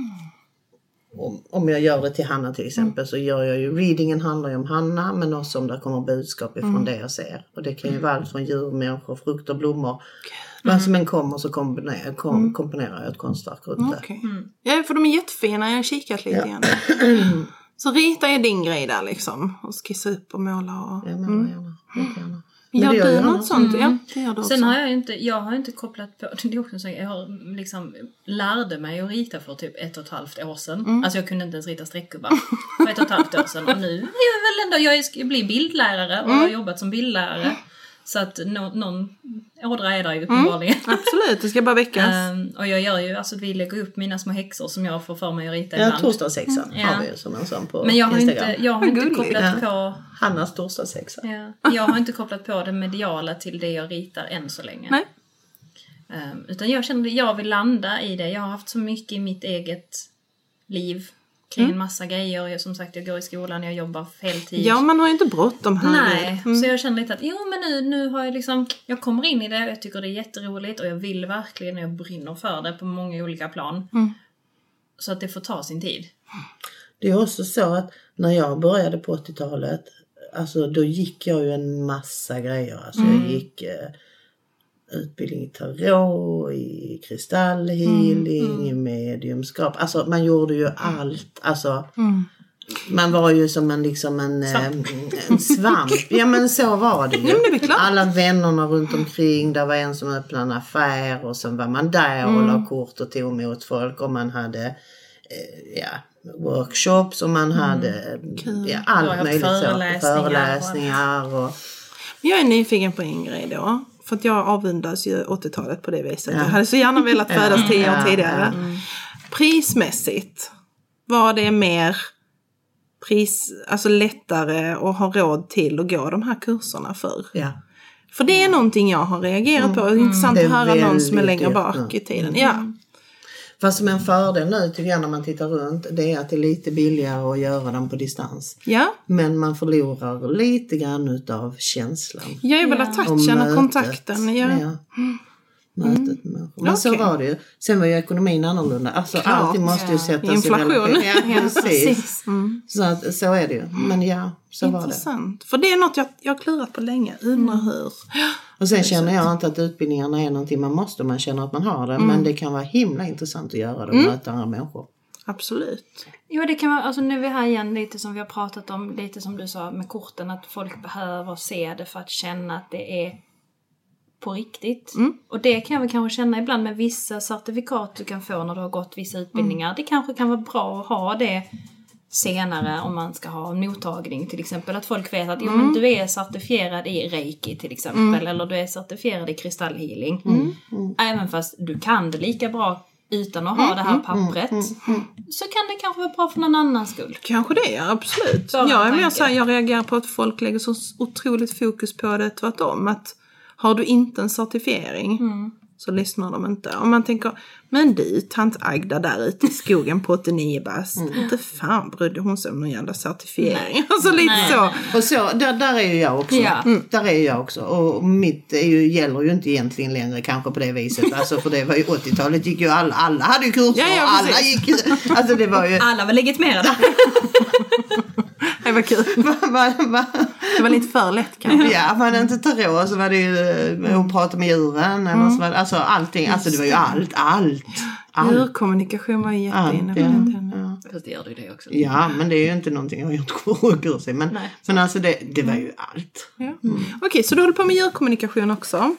Speaker 3: Om, om jag gör det till Hanna till exempel mm. så gör jag ju, readingen handlar ju om Hanna men också om det kommer budskap ifrån mm. det jag ser. Och det kan ju vara allt från djur, människor, frukt och blommor. Mm. Vad som än kommer så komponerar, kom, mm. komponerar jag ett konstverk runt det.
Speaker 1: Okay. Mm. Ja, för de är jättefina, jag har kikat lite ja. grann. Så rita är din grej där liksom. Och skissa upp och måla. Och,
Speaker 3: ja, måla gärna. Mm. gärna.
Speaker 1: Men gör du något sånt? Mm. Ja, det gör du också.
Speaker 2: Sen har jag inte, jag har inte kopplat på, det är också så, jag har liksom lärde mig att rita för typ ett och ett halvt år sedan. Mm. Alltså jag kunde inte ens rita streckgubbar för ett och ett halvt år sedan. Och nu är jag väl ändå, jag är, blir bildlärare och mm. har jobbat som bildlärare. Så att no, någon ådra är där ju uppenbarligen.
Speaker 1: Mm, absolut, det ska bara väckas.
Speaker 2: um, och jag gör ju, alltså vi lägger upp mina små häxor som jag får för mig att rita
Speaker 3: ja,
Speaker 2: ibland.
Speaker 3: Ja, torsdagshäxan mm. har vi ju som en sån på
Speaker 2: Men jag har
Speaker 3: Instagram.
Speaker 2: inte, jag har inte kopplat
Speaker 3: ja.
Speaker 2: på...
Speaker 3: Hannas torsdagshäxa.
Speaker 2: Ja, jag har inte kopplat på det mediala till det jag ritar än så länge.
Speaker 1: Nej.
Speaker 2: Um, utan jag känner att jag vill landa i det. Jag har haft så mycket i mitt eget liv kring mm. en massa grejer. Jag, som sagt, jag går i skolan, jag jobbar heltid.
Speaker 1: Ja, man har ju inte bråttom här.
Speaker 2: Nej, mm. så jag känner lite att jo, men nu, nu har jag liksom, jag kommer in i det, jag tycker det är jätteroligt och jag vill verkligen, jag brinner för det på många olika plan. Mm. Så att det får ta sin tid.
Speaker 3: Det är också så att när jag började på åttiotalet, alltså då gick jag ju en massa grejer. Alltså mm. jag gick eh, utbildning i tarot, i kristallhealing, mm. i mediumskap. Alltså man gjorde ju allt. Alltså mm. man var ju som en, liksom en, svamp. en svamp. Ja, men så var det ju.
Speaker 1: Ja, det
Speaker 3: alla vännerna runt omkring. Det var en som öppnade en affär och sen var man där och mm. la kort och tog emot folk. Och man hade eh, ja, workshops och man hade
Speaker 1: cool.
Speaker 3: ja, allt
Speaker 2: ja,
Speaker 3: möjligt.
Speaker 2: Föreläsningar.
Speaker 3: Så, föreläsningar och...
Speaker 1: Jag är nyfiken på en grej då. För att jag avundas ju åttiotalet på det viset. Ja. Jag hade så gärna velat födas tio år tidigare. Mm. Prismässigt var det mer pris, alltså lättare att ha råd till att gå de här kurserna för.
Speaker 3: Ja.
Speaker 1: För det är någonting jag har reagerat på. Det är intressant
Speaker 3: mm.
Speaker 1: att höra någon som är längre bak mm. i tiden. Ja.
Speaker 3: Fast som en fördel nu tycker jag när man tittar runt, det är att det är lite billigare att göra dem på distans.
Speaker 1: Ja.
Speaker 3: Men man förlorar lite grann utav känslan.
Speaker 1: Ja, jag vill ha touchen och, och kontakten. Ja.
Speaker 3: Ja. Mötet med människor. Men okay. så var det ju. Sen var ju ekonomin annorlunda. Alltså
Speaker 1: klart.
Speaker 3: Allting måste ju sättas
Speaker 1: inflation.
Speaker 3: i relation. Ja,
Speaker 1: ja,
Speaker 3: precis.
Speaker 1: precis. Mm.
Speaker 3: Så, att, så är det ju. Men ja, så
Speaker 1: intressant.
Speaker 3: var det.
Speaker 1: Intressant. För det är något jag, jag har klurat på länge. Undrar mm. hur.
Speaker 3: Och sen känner jag inte att utbildningarna är någonting man måste. Man känner att man har det. Mm. Men det kan vara himla intressant att göra det och mm. möta andra människor.
Speaker 1: Absolut.
Speaker 2: Jo, det kan vara, alltså nu är vi här igen lite som vi har pratat om, lite som du sa med korten, att folk behöver se det för att känna att det är på riktigt. Mm. Och det kan vi kanske känna ibland med vissa certifikat du kan få när du har gått vissa utbildningar. Mm. Det kanske kan vara bra att ha det senare om man ska ha en mottagning till exempel. Att folk vet att mm. jo, men du är certifierad i reiki till exempel. Mm. Eller du är certifierad i kristallhealing. Mm. Mm. Även fast du kan det lika bra utan att ha mm. det här pappret. Mm. Mm. Så kan det kanske vara bra för någon annan skull.
Speaker 1: Kanske det, ja, absolut. Jag är mer så här, jag reagerar på att folk lägger så otroligt fokus på det tvärtom. Att har du inte en certifiering mm. så lyssnar de inte. Om man tänker, men du, tant Agda där ute i skogen på åttionio bast. Mm. Inte fan brydde hon sig om någon jävla certifiering. Alltså lite
Speaker 2: nej,
Speaker 1: så.
Speaker 2: Nej.
Speaker 3: Och så, där, där är ju jag också.
Speaker 2: Ja.
Speaker 3: Mm. Där är jag också. Och mitt är ju, gäller ju inte egentligen längre kanske på det viset. Alltså för det var ju åttiotalet gick ju alla, alla hade ju kurser.
Speaker 1: Ja, ja,
Speaker 3: och alla gick ju, alltså det var ju...
Speaker 2: Alla var legitimerade.
Speaker 1: Det var kul.
Speaker 3: Va, va, va.
Speaker 1: Det var lite för lätt kanske.
Speaker 3: Ja, man inte tarot så var det ju mm. att prata med djuren. Eller mm. så var det, alltså allting, alltså det var ju allt, allt. allt.
Speaker 1: Djurkommunikation var ju jätteinne på
Speaker 3: ja.
Speaker 1: den tiden.
Speaker 2: Ja. Fast det gör du det också.
Speaker 3: Ja, men det är ju inte någonting jag har gjort kurs i. Men, men alltså det, det var ju allt.
Speaker 1: Ja. Mm. Okej, okay, så du håller på med djurkommunikation också?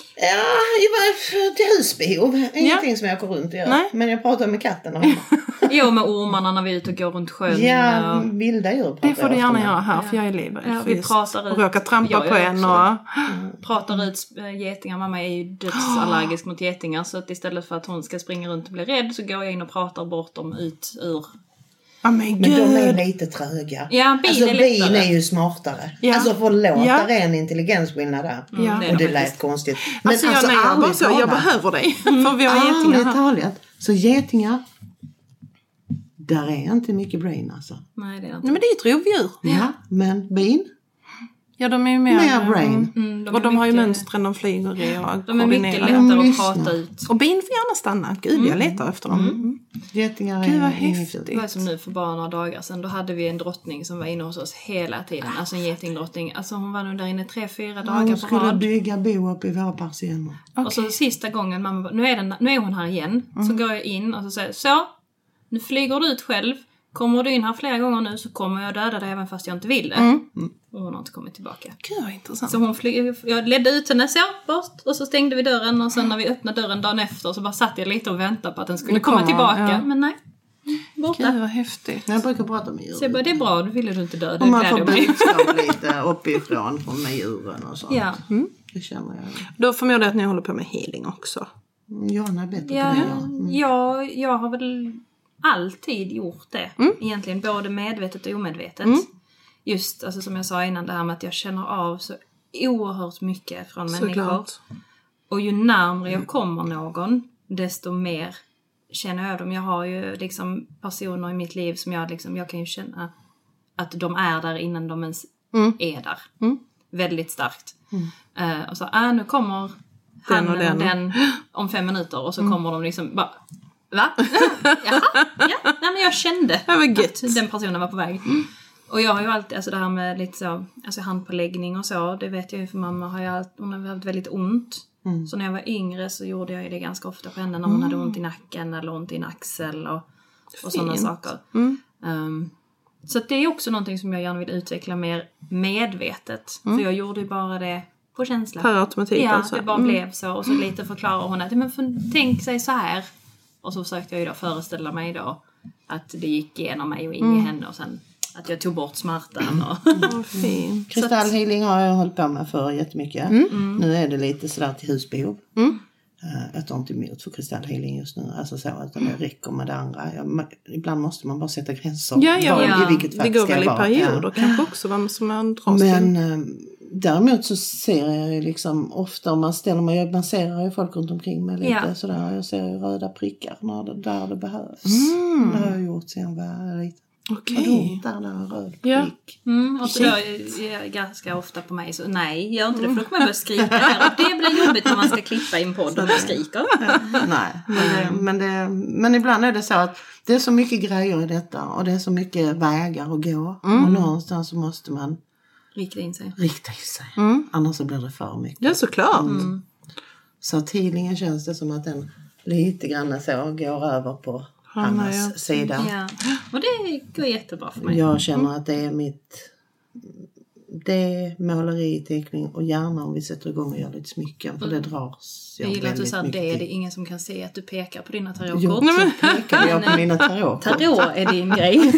Speaker 3: Ja, till husbehov. Ingenting ja. som jag går runt och gör. Nej. Men jag pratar med katterna.
Speaker 2: Jo, med ormarna när vi är ute och går runt sjön.
Speaker 3: Ja, vilda djur.
Speaker 1: Det får du gärna göra här, för jag är livrädd.
Speaker 2: Ja, vi pratar ut.
Speaker 1: Och råkar trampa på en. Och...
Speaker 2: Mm. Pratar ut getingar. Mamma är ju dödsallergisk mot getingar. Så att istället för att hon ska springa runt och bli rädd så går jag in och pratar bort dem ut ur...
Speaker 1: Oh
Speaker 3: men de är lite tröga.
Speaker 2: Ja, bin
Speaker 3: alltså
Speaker 2: är
Speaker 3: bin är ju smartare. Ja. Alltså förlåt, ja. där är en intelligensskillnad där.
Speaker 1: Mm,
Speaker 3: det och det lät konstigt. Men
Speaker 1: alltså, alltså jag, jag, bara så, jag behöver dig.
Speaker 3: Mm.
Speaker 1: För vi har getingar här.
Speaker 3: Talat. Så getingar, där är inte mycket brain alltså.
Speaker 2: Nej, det är inte.
Speaker 1: Nej, men det är ett rovdjur.
Speaker 3: Ja, men bin?
Speaker 1: Ja, de är ju mer...
Speaker 3: Mer brain.
Speaker 2: Mm, de
Speaker 1: och de
Speaker 2: mycket,
Speaker 1: har ju mönstren, de flyger i och
Speaker 2: de är mycket lättare att prata ut.
Speaker 1: Och bin får gärna stanna. Gud, mm. jag letar efter dem. Mm.
Speaker 3: Getingar är...
Speaker 1: Gud, vad häftigt.
Speaker 2: Det var som nu för bara några dagar sedan. Då hade vi en drottning som var inne hos oss hela tiden. Alltså en getingdrottning. Alltså hon var nu där inne tre, fyra dagar
Speaker 3: hon
Speaker 2: på rad.
Speaker 3: Hon skulle bygga bo upp i våra persienner.
Speaker 2: Okay. Och så sista gången, mamma, nu, är den, nu är hon här igen. Mm. Så går jag in och så säger så, nu flyger du ut själv. Kommer du in här flera gånger nu så kommer jag döda dig även fast jag inte vill det. Mm. Och hon har inte kommit tillbaka.
Speaker 1: Gud vad intressant.
Speaker 2: Så hon flyg, jag ledde ut henne så bort och så stängde vi dörren och sen när vi öppnade dörren dagen efter så bara satt jag lite och väntade på att den skulle komma, komma tillbaka. Ja. Men nej, borta.
Speaker 1: Gud vad häftigt.
Speaker 3: Jag brukar prata med djuren.
Speaker 2: Så jag bara, det är bra, du ville du inte döda.
Speaker 3: Och man får budskap lite uppifrån från med djuren och så.
Speaker 2: Ja.
Speaker 3: Mm. Det känner jag.
Speaker 1: Då förmodar jag att ni håller på med healing också.
Speaker 3: Johanna är bättre
Speaker 2: ja,
Speaker 3: på det. Mm.
Speaker 2: Ja, jag har väl alltid gjort det. Mm. Egentligen både medvetet och omedvetet. Mm. Just alltså, som jag sa innan, det här med att jag känner av så oerhört mycket från så människor. Klart. Och ju närmare jag kommer någon, desto mer känner jag dem. Jag har ju liksom personer i mitt liv som jag liksom, jag kan ju känna att de är där innan de ens mm. är där. Mm. Väldigt starkt. Mm. Uh, och så, ah, nu kommer han och den. den om fem minuter och så mm. kommer de liksom bara, va? Jaha, ja. Nej, men jag kände att den personen var på väg. Mm. Och jag har ju alltid, alltså det här med lite så, alltså handpåläggning och så, det vet jag ju för mamma har ju alltid, hon har haft väldigt ont. Mm. Så när jag var yngre så gjorde jag det ganska ofta på henne när hon mm. hade ont i nacken eller ont i en axel och, och sådana saker. Mm. Um, så det är också någonting som jag gärna vill utveckla mer medvetet. Mm. För jag gjorde ju bara det på känsla.
Speaker 1: Per automatik
Speaker 2: ja,
Speaker 1: alltså.
Speaker 2: Det bara mm. blev så. Och så lite förklarar hon att men för, tänk sig så här. Och så försökte jag ju då föreställa mig då att det gick igenom mig och in mm. i henne och sen att jag tog bort smärtan. Och
Speaker 1: oh, fin.
Speaker 3: Kristallhealing har jag hållit på med för jättemycket. Mm. Mm. Nu är det lite sådär till husbehov. Mm. Jag tar inte emot för kristallhealing just nu. Alltså så att det räcker med det andra. Jag, ibland måste man bara sätta gränser.
Speaker 1: Ja, ja.
Speaker 3: I vilket
Speaker 1: det går väl i perioder
Speaker 3: ja.
Speaker 1: kanske också vad som man dras
Speaker 3: Men till. Däremot så ser jag ju liksom ofta om man ställer mig, jag masserar ju folk runt omkring mig lite ja. Sådär. Jag ser ju röda prickar när det, där det behövs. Mm. Det har jag gjort sen jag var lite.
Speaker 1: Okej. Okay.
Speaker 3: Där är en röd prick.
Speaker 2: Ja. Mm, och så då är jag ganska ofta på mig så nej, gör inte det för då kommer jag börja skrika här. Och det blir jobbigt när man ska klippa i en podd och skriker.
Speaker 3: Ja. Nej, men, det, men, det, men ibland är det så att det är så mycket grejer i detta och det är så mycket vägar att gå. Mm. Och någonstans så måste man
Speaker 2: rikta in sig.
Speaker 3: Rikta in sig. Mm. Annars så blir det för mycket.
Speaker 1: Ja, såklart.
Speaker 3: Mm. Så att healingen känns det som att den lite grann så går över på Hannas ja. Sida.
Speaker 2: Ja. Och det går jättebra för mig.
Speaker 3: Jag känner mm. att det är mitt det är måleri, teckning och gärna om vi sätter igång och gör lite smycken för mm. det dras
Speaker 2: jag, jag gillar att du sa det, det är det ingen som kan se att du pekar på dina tarotkort.
Speaker 3: Jo, så pekar jag på mina tarotkort.
Speaker 2: Tarot är din grej.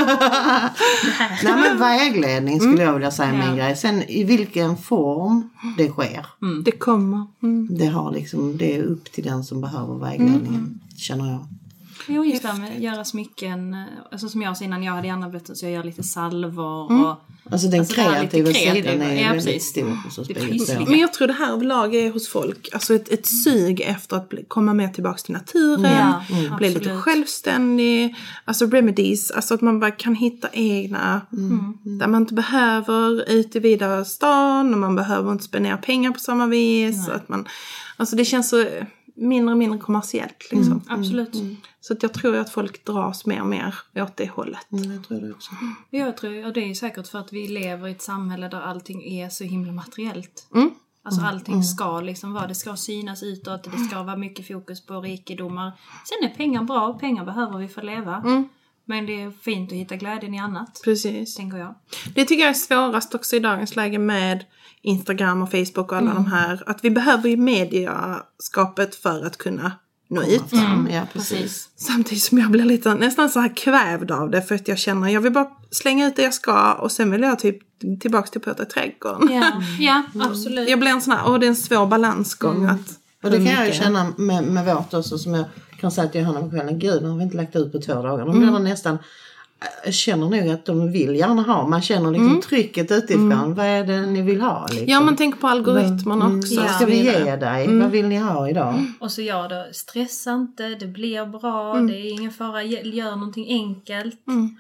Speaker 3: Nej men vägledning skulle mm. jag vilja säga ja. Min grej. Sen i vilken form det sker.
Speaker 1: Mm. Det kommer. Mm.
Speaker 3: Det har liksom, det är upp till den som behöver vägledningen mm. känner jag.
Speaker 2: Jo, just det med göra smycken. Alltså som jag sa innan, jag hade gärna blivit så jag gör lite salvor. Mm. Och,
Speaker 3: alltså den alltså kreativa sidan är
Speaker 2: ja,
Speaker 3: väldigt stor. Så
Speaker 1: men jag tror det här överlag är hos folk. Alltså ett, ett sug efter att bli, komma mer tillbaka till naturen. Ja, mm. Bli lite självständig. Alltså remedies. Alltså att man bara kan hitta egna. Mm. Mm. Där man inte behöver ut i vida stan. Och man behöver inte spendera pengar på samma vis. Att man, alltså det känns så mindre och mindre kommersiellt liksom.
Speaker 2: Mm, absolut. Mm.
Speaker 1: Så att jag tror att folk dras mer och mer åt det hållet.
Speaker 3: Mm, jag tror det också.
Speaker 2: Jag tror, och det är säkert för att vi lever i ett samhälle där allting är så himla materiellt.
Speaker 1: Mm.
Speaker 2: Alltså allting mm. ska liksom vara, det ska synas utåt, det ska vara mycket fokus på rikedomar. Sen är pengar bra, pengar behöver vi för att leva. Mm. Men det är fint att hitta glädjen i annat.
Speaker 1: Precis.
Speaker 2: Tänker jag.
Speaker 1: Det tycker jag är svårast också i dagens läge med Instagram och Facebook och alla mm. de här. Att vi behöver ju mediaskapet för att kunna nå ut.
Speaker 3: Mm. Ja, precis.
Speaker 1: Samtidigt som jag blir lite nästan så här kvävd av det. För att jag känner, jag vill bara slänga ut det jag ska. Och sen vill jag typ tillbaka till Pöta i trädgården.
Speaker 2: Ja, mm. ja absolut.
Speaker 1: Jag blir en sån här, åh det är en svår balansgång.
Speaker 3: Mm.
Speaker 1: Att,
Speaker 3: och det kan jag ju känna med, med vårt också som jag kan säga till Johanna på kvällen. Gud, har vi inte lagt ut på två dagar. De mm. nästan, jag känner nog att de vill gärna ha. Man känner liksom mm. trycket utifrån. Mm. Vad är det ni vill ha? Liksom?
Speaker 1: Ja, man tänker på algoritmerna mm. också.
Speaker 3: Vad ska vi ge dig? Mm. Vad vill ni ha idag? Mm.
Speaker 2: Och så ja, då, stressa inte. Det blir bra. Mm. Det är ingen fara. Gör någonting enkelt. Mm.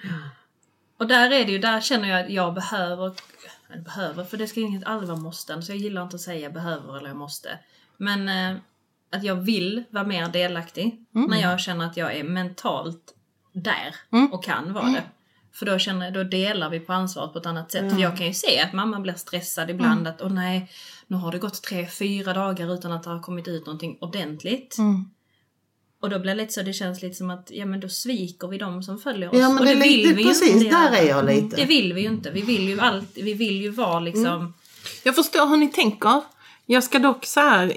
Speaker 2: Och där är det ju, där känner jag att jag behöver, jag behöver för det ska inget allvar måste. Så jag gillar inte att säga behöver eller jag måste. Men eh, att jag vill vara mer delaktig. Mm. När jag känner att jag är mentalt där mm. och kan vara det. För då känner då delar vi på ansvaret på ett annat sätt. Mm. För jag kan ju se att mamma blir stressad ibland. Mm. Att åh nej, nu har det gått tre, fyra dagar utan att det har kommit ut någonting ordentligt. Mm. Och då blir det lite så, det känns lite som att ja men då sviker vi dem som följer oss.
Speaker 3: Ja men
Speaker 2: och
Speaker 3: det,
Speaker 2: det
Speaker 3: vill lite, vi precis, inte där är jag lite.
Speaker 2: Det vill vi ju inte. Vi vill ju allt, vi vill ju vara liksom. Mm.
Speaker 1: Jag förstår hur ni tänker. Jag ska dock så här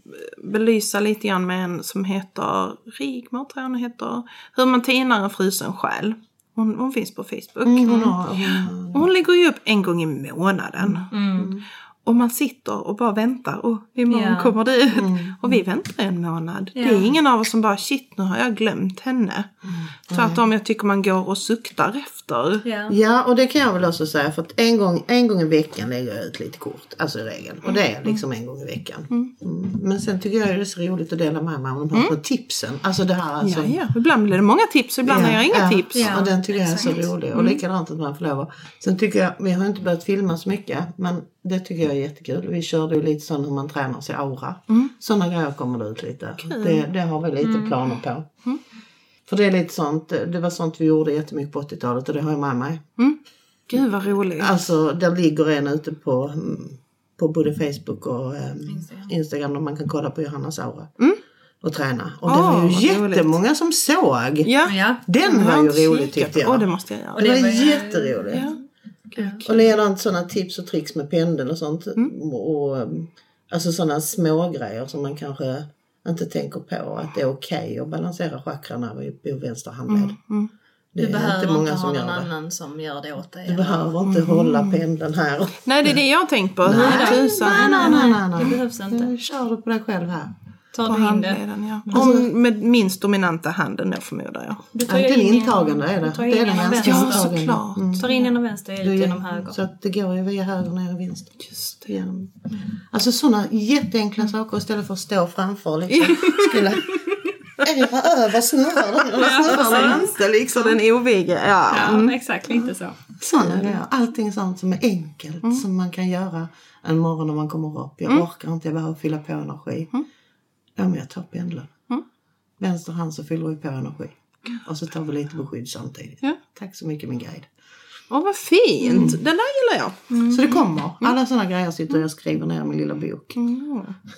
Speaker 1: belysa lite grann med en som heter Rigmor, tror jag hon heter. Hur man tinar en frusen själ. Hon, hon finns på Facebook.
Speaker 3: Mm, hon, har, hon,
Speaker 1: hon lägger ju upp en gång i månaden. Mm. Och man sitter och bara väntar. Och imorgon ja. kommer det ut. Mm. Och vi väntar en månad. Ja. Det är ingen av oss som bara, shit, nu har jag glömt henne. Mm. Tvärtom, jag tycker man går och suktar efter.
Speaker 3: Ja. ja, och det kan jag väl också säga. För att en gång, en gång i veckan lägger jag ut lite kort. Alltså i regel. Och det är liksom en gång i veckan. Mm. Mm. Men sen tycker jag det är så roligt att dela med mig om de här mm. tipsen. Alltså det här alltså.
Speaker 1: Ja, ja. Ibland blir det många tips. Ibland
Speaker 3: ja,
Speaker 1: har jag inga
Speaker 3: ja,
Speaker 1: tips.
Speaker 3: Ja, och den tycker jag är så rolig. Och likadant att man får lov. Sen tycker jag, vi har inte börjat filma så mycket. Men det tycker jag är jättekul. Vi körde ju lite sån hur man tränar sig aura. Mm. Sådana grejer kommer det ut lite. Det, det har vi lite mm. planer på. Mm. För det är lite sånt. Det var sånt vi gjorde jättemycket på åttiotalet. Och det har jag med mig.
Speaker 1: Mm. Gud vad roligt.
Speaker 3: Alltså där ligger en ute på, på både Facebook och um, Instagram. Instagram. Där man kan kolla på Johannas aura. Mm. Och träna. Och det oh, var ju jättemånga roligt. Som såg. Ja. Den var ju roligt tyckte jag.
Speaker 1: Åh, oh, det måste jag göra.
Speaker 3: Och det, det var ju jätteroligt. Ja. Okay. Och ledande sådana tips och tricks med pendel och sånt. Mm. Och, och alltså sådana små grejer som man kanske inte tänker på. Att det är okej okay att balansera chakrarna på vänster handled. Mm. Mm.
Speaker 2: Det du behöver inte, många inte ha någon annan som gör det åt dig.
Speaker 3: Du eller? behöver inte mm. hålla pendeln här.
Speaker 1: Nej, det är det jag har tänkt på.
Speaker 3: Nej, nej, nej, nej, nej, nej.
Speaker 2: Det behövs inte.
Speaker 3: Du kör du på dig själv här.
Speaker 2: Tar du in det?
Speaker 1: Ja. Om, med minst dominanta handen då förmodar jag.
Speaker 3: Du tar ja, den intagande är det.
Speaker 2: Det är den vänster.
Speaker 1: Ja, såklart.
Speaker 2: Mm. Tar in genom vänster ut genom höger.
Speaker 3: Så att det går ju via höger ner i vänster. Just det. Mm. Alltså sådana jätteenkla saker istället för att stå framför liksom. Skulle är över snurrar den. Snurrar den inte liksom.
Speaker 1: Den oviga. Ja,
Speaker 2: ja mm. exakt. Lite så.
Speaker 3: Sådana grejer. Allting sånt som är enkelt. Mm. Som man kan göra en morgon när man kommer upp. Jag mm. orkar inte, jag behöver fylla på energi. Mm. Ja, men jag tar pendeln. Mm. Vänster hand så fyller vi på energi. Och så tar vi lite beskydd samtidigt. Ja. Tack så mycket min guide.
Speaker 1: Åh, vad fint. Mm. Den där gillar jag.
Speaker 3: Mm. Så det kommer. Alla sådana grejer sitter jag och skriver ner i min lilla bok.
Speaker 1: Mm.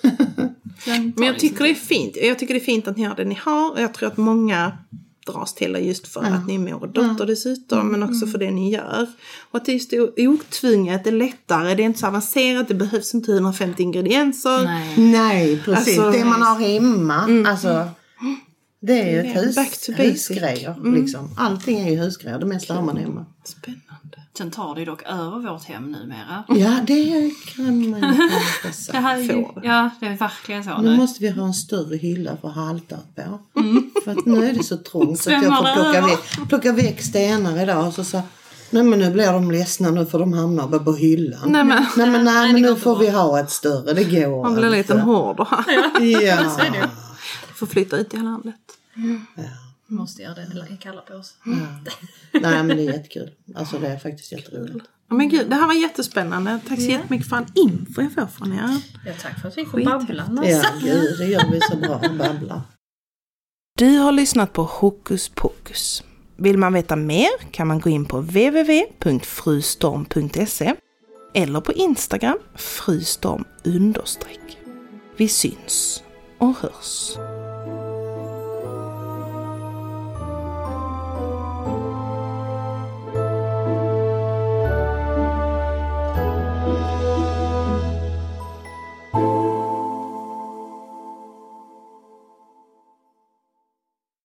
Speaker 1: Men jag tycker det är fint. Jag tycker det är fint att ni har det ni har. Och jag tror att många dras till det just för ja. att ni är mor och dotter ja. dessutom. Mm. Men också för det ni gör. Och att det är just otvunget, det är lättare. Det är inte så avancerat. Det behövs inte hundrafemtio ingredienser.
Speaker 3: Nej, Nej precis. Alltså, det man har hemma. Mm. Alltså, det är ju ett hus,
Speaker 1: back to
Speaker 3: husgrejer. Mm. Liksom. Allting är ju husgrejer. Det mesta har man hemma.
Speaker 1: Spännande.
Speaker 2: Sen tar det dock över vårt hem numera.
Speaker 3: Ja, det kan man inte
Speaker 2: det här är ju, Ja, det är verkligen så.
Speaker 3: Nu, nu måste vi ha en större hylla för haltat på. Mm. För att nu är det så trångt så att jag får plocka väck, plocka väck stenar idag. Och så sa nej men nu blir de ledsna, nu får de hamna på hyllan. Nej men, nej, men, nej, men nu får bra. vi ha ett större, det går.
Speaker 1: Man blir lite hård här.
Speaker 2: Ja, ja. Så är det.
Speaker 1: Får flytta ut i hela landet.
Speaker 2: Mm. Ja. Måste göra det, eller kalla på oss.
Speaker 3: Ja. Nej men det är jättekul. Alltså det är faktiskt jätteroligt.
Speaker 1: Ja, men gud, det här var jättespännande. Tack så ja. jättemycket för all info jag får från er.
Speaker 2: Ja, tack för att vi får babbla.
Speaker 3: Ja, gud, det gör vi så bra, babbla.
Speaker 1: Du har lyssnat på Hokus Pokus. Vill man veta mer kan man gå in på w w w punkt frustorm punkt se eller på Instagram frustorm understreck. Vi syns och hörs.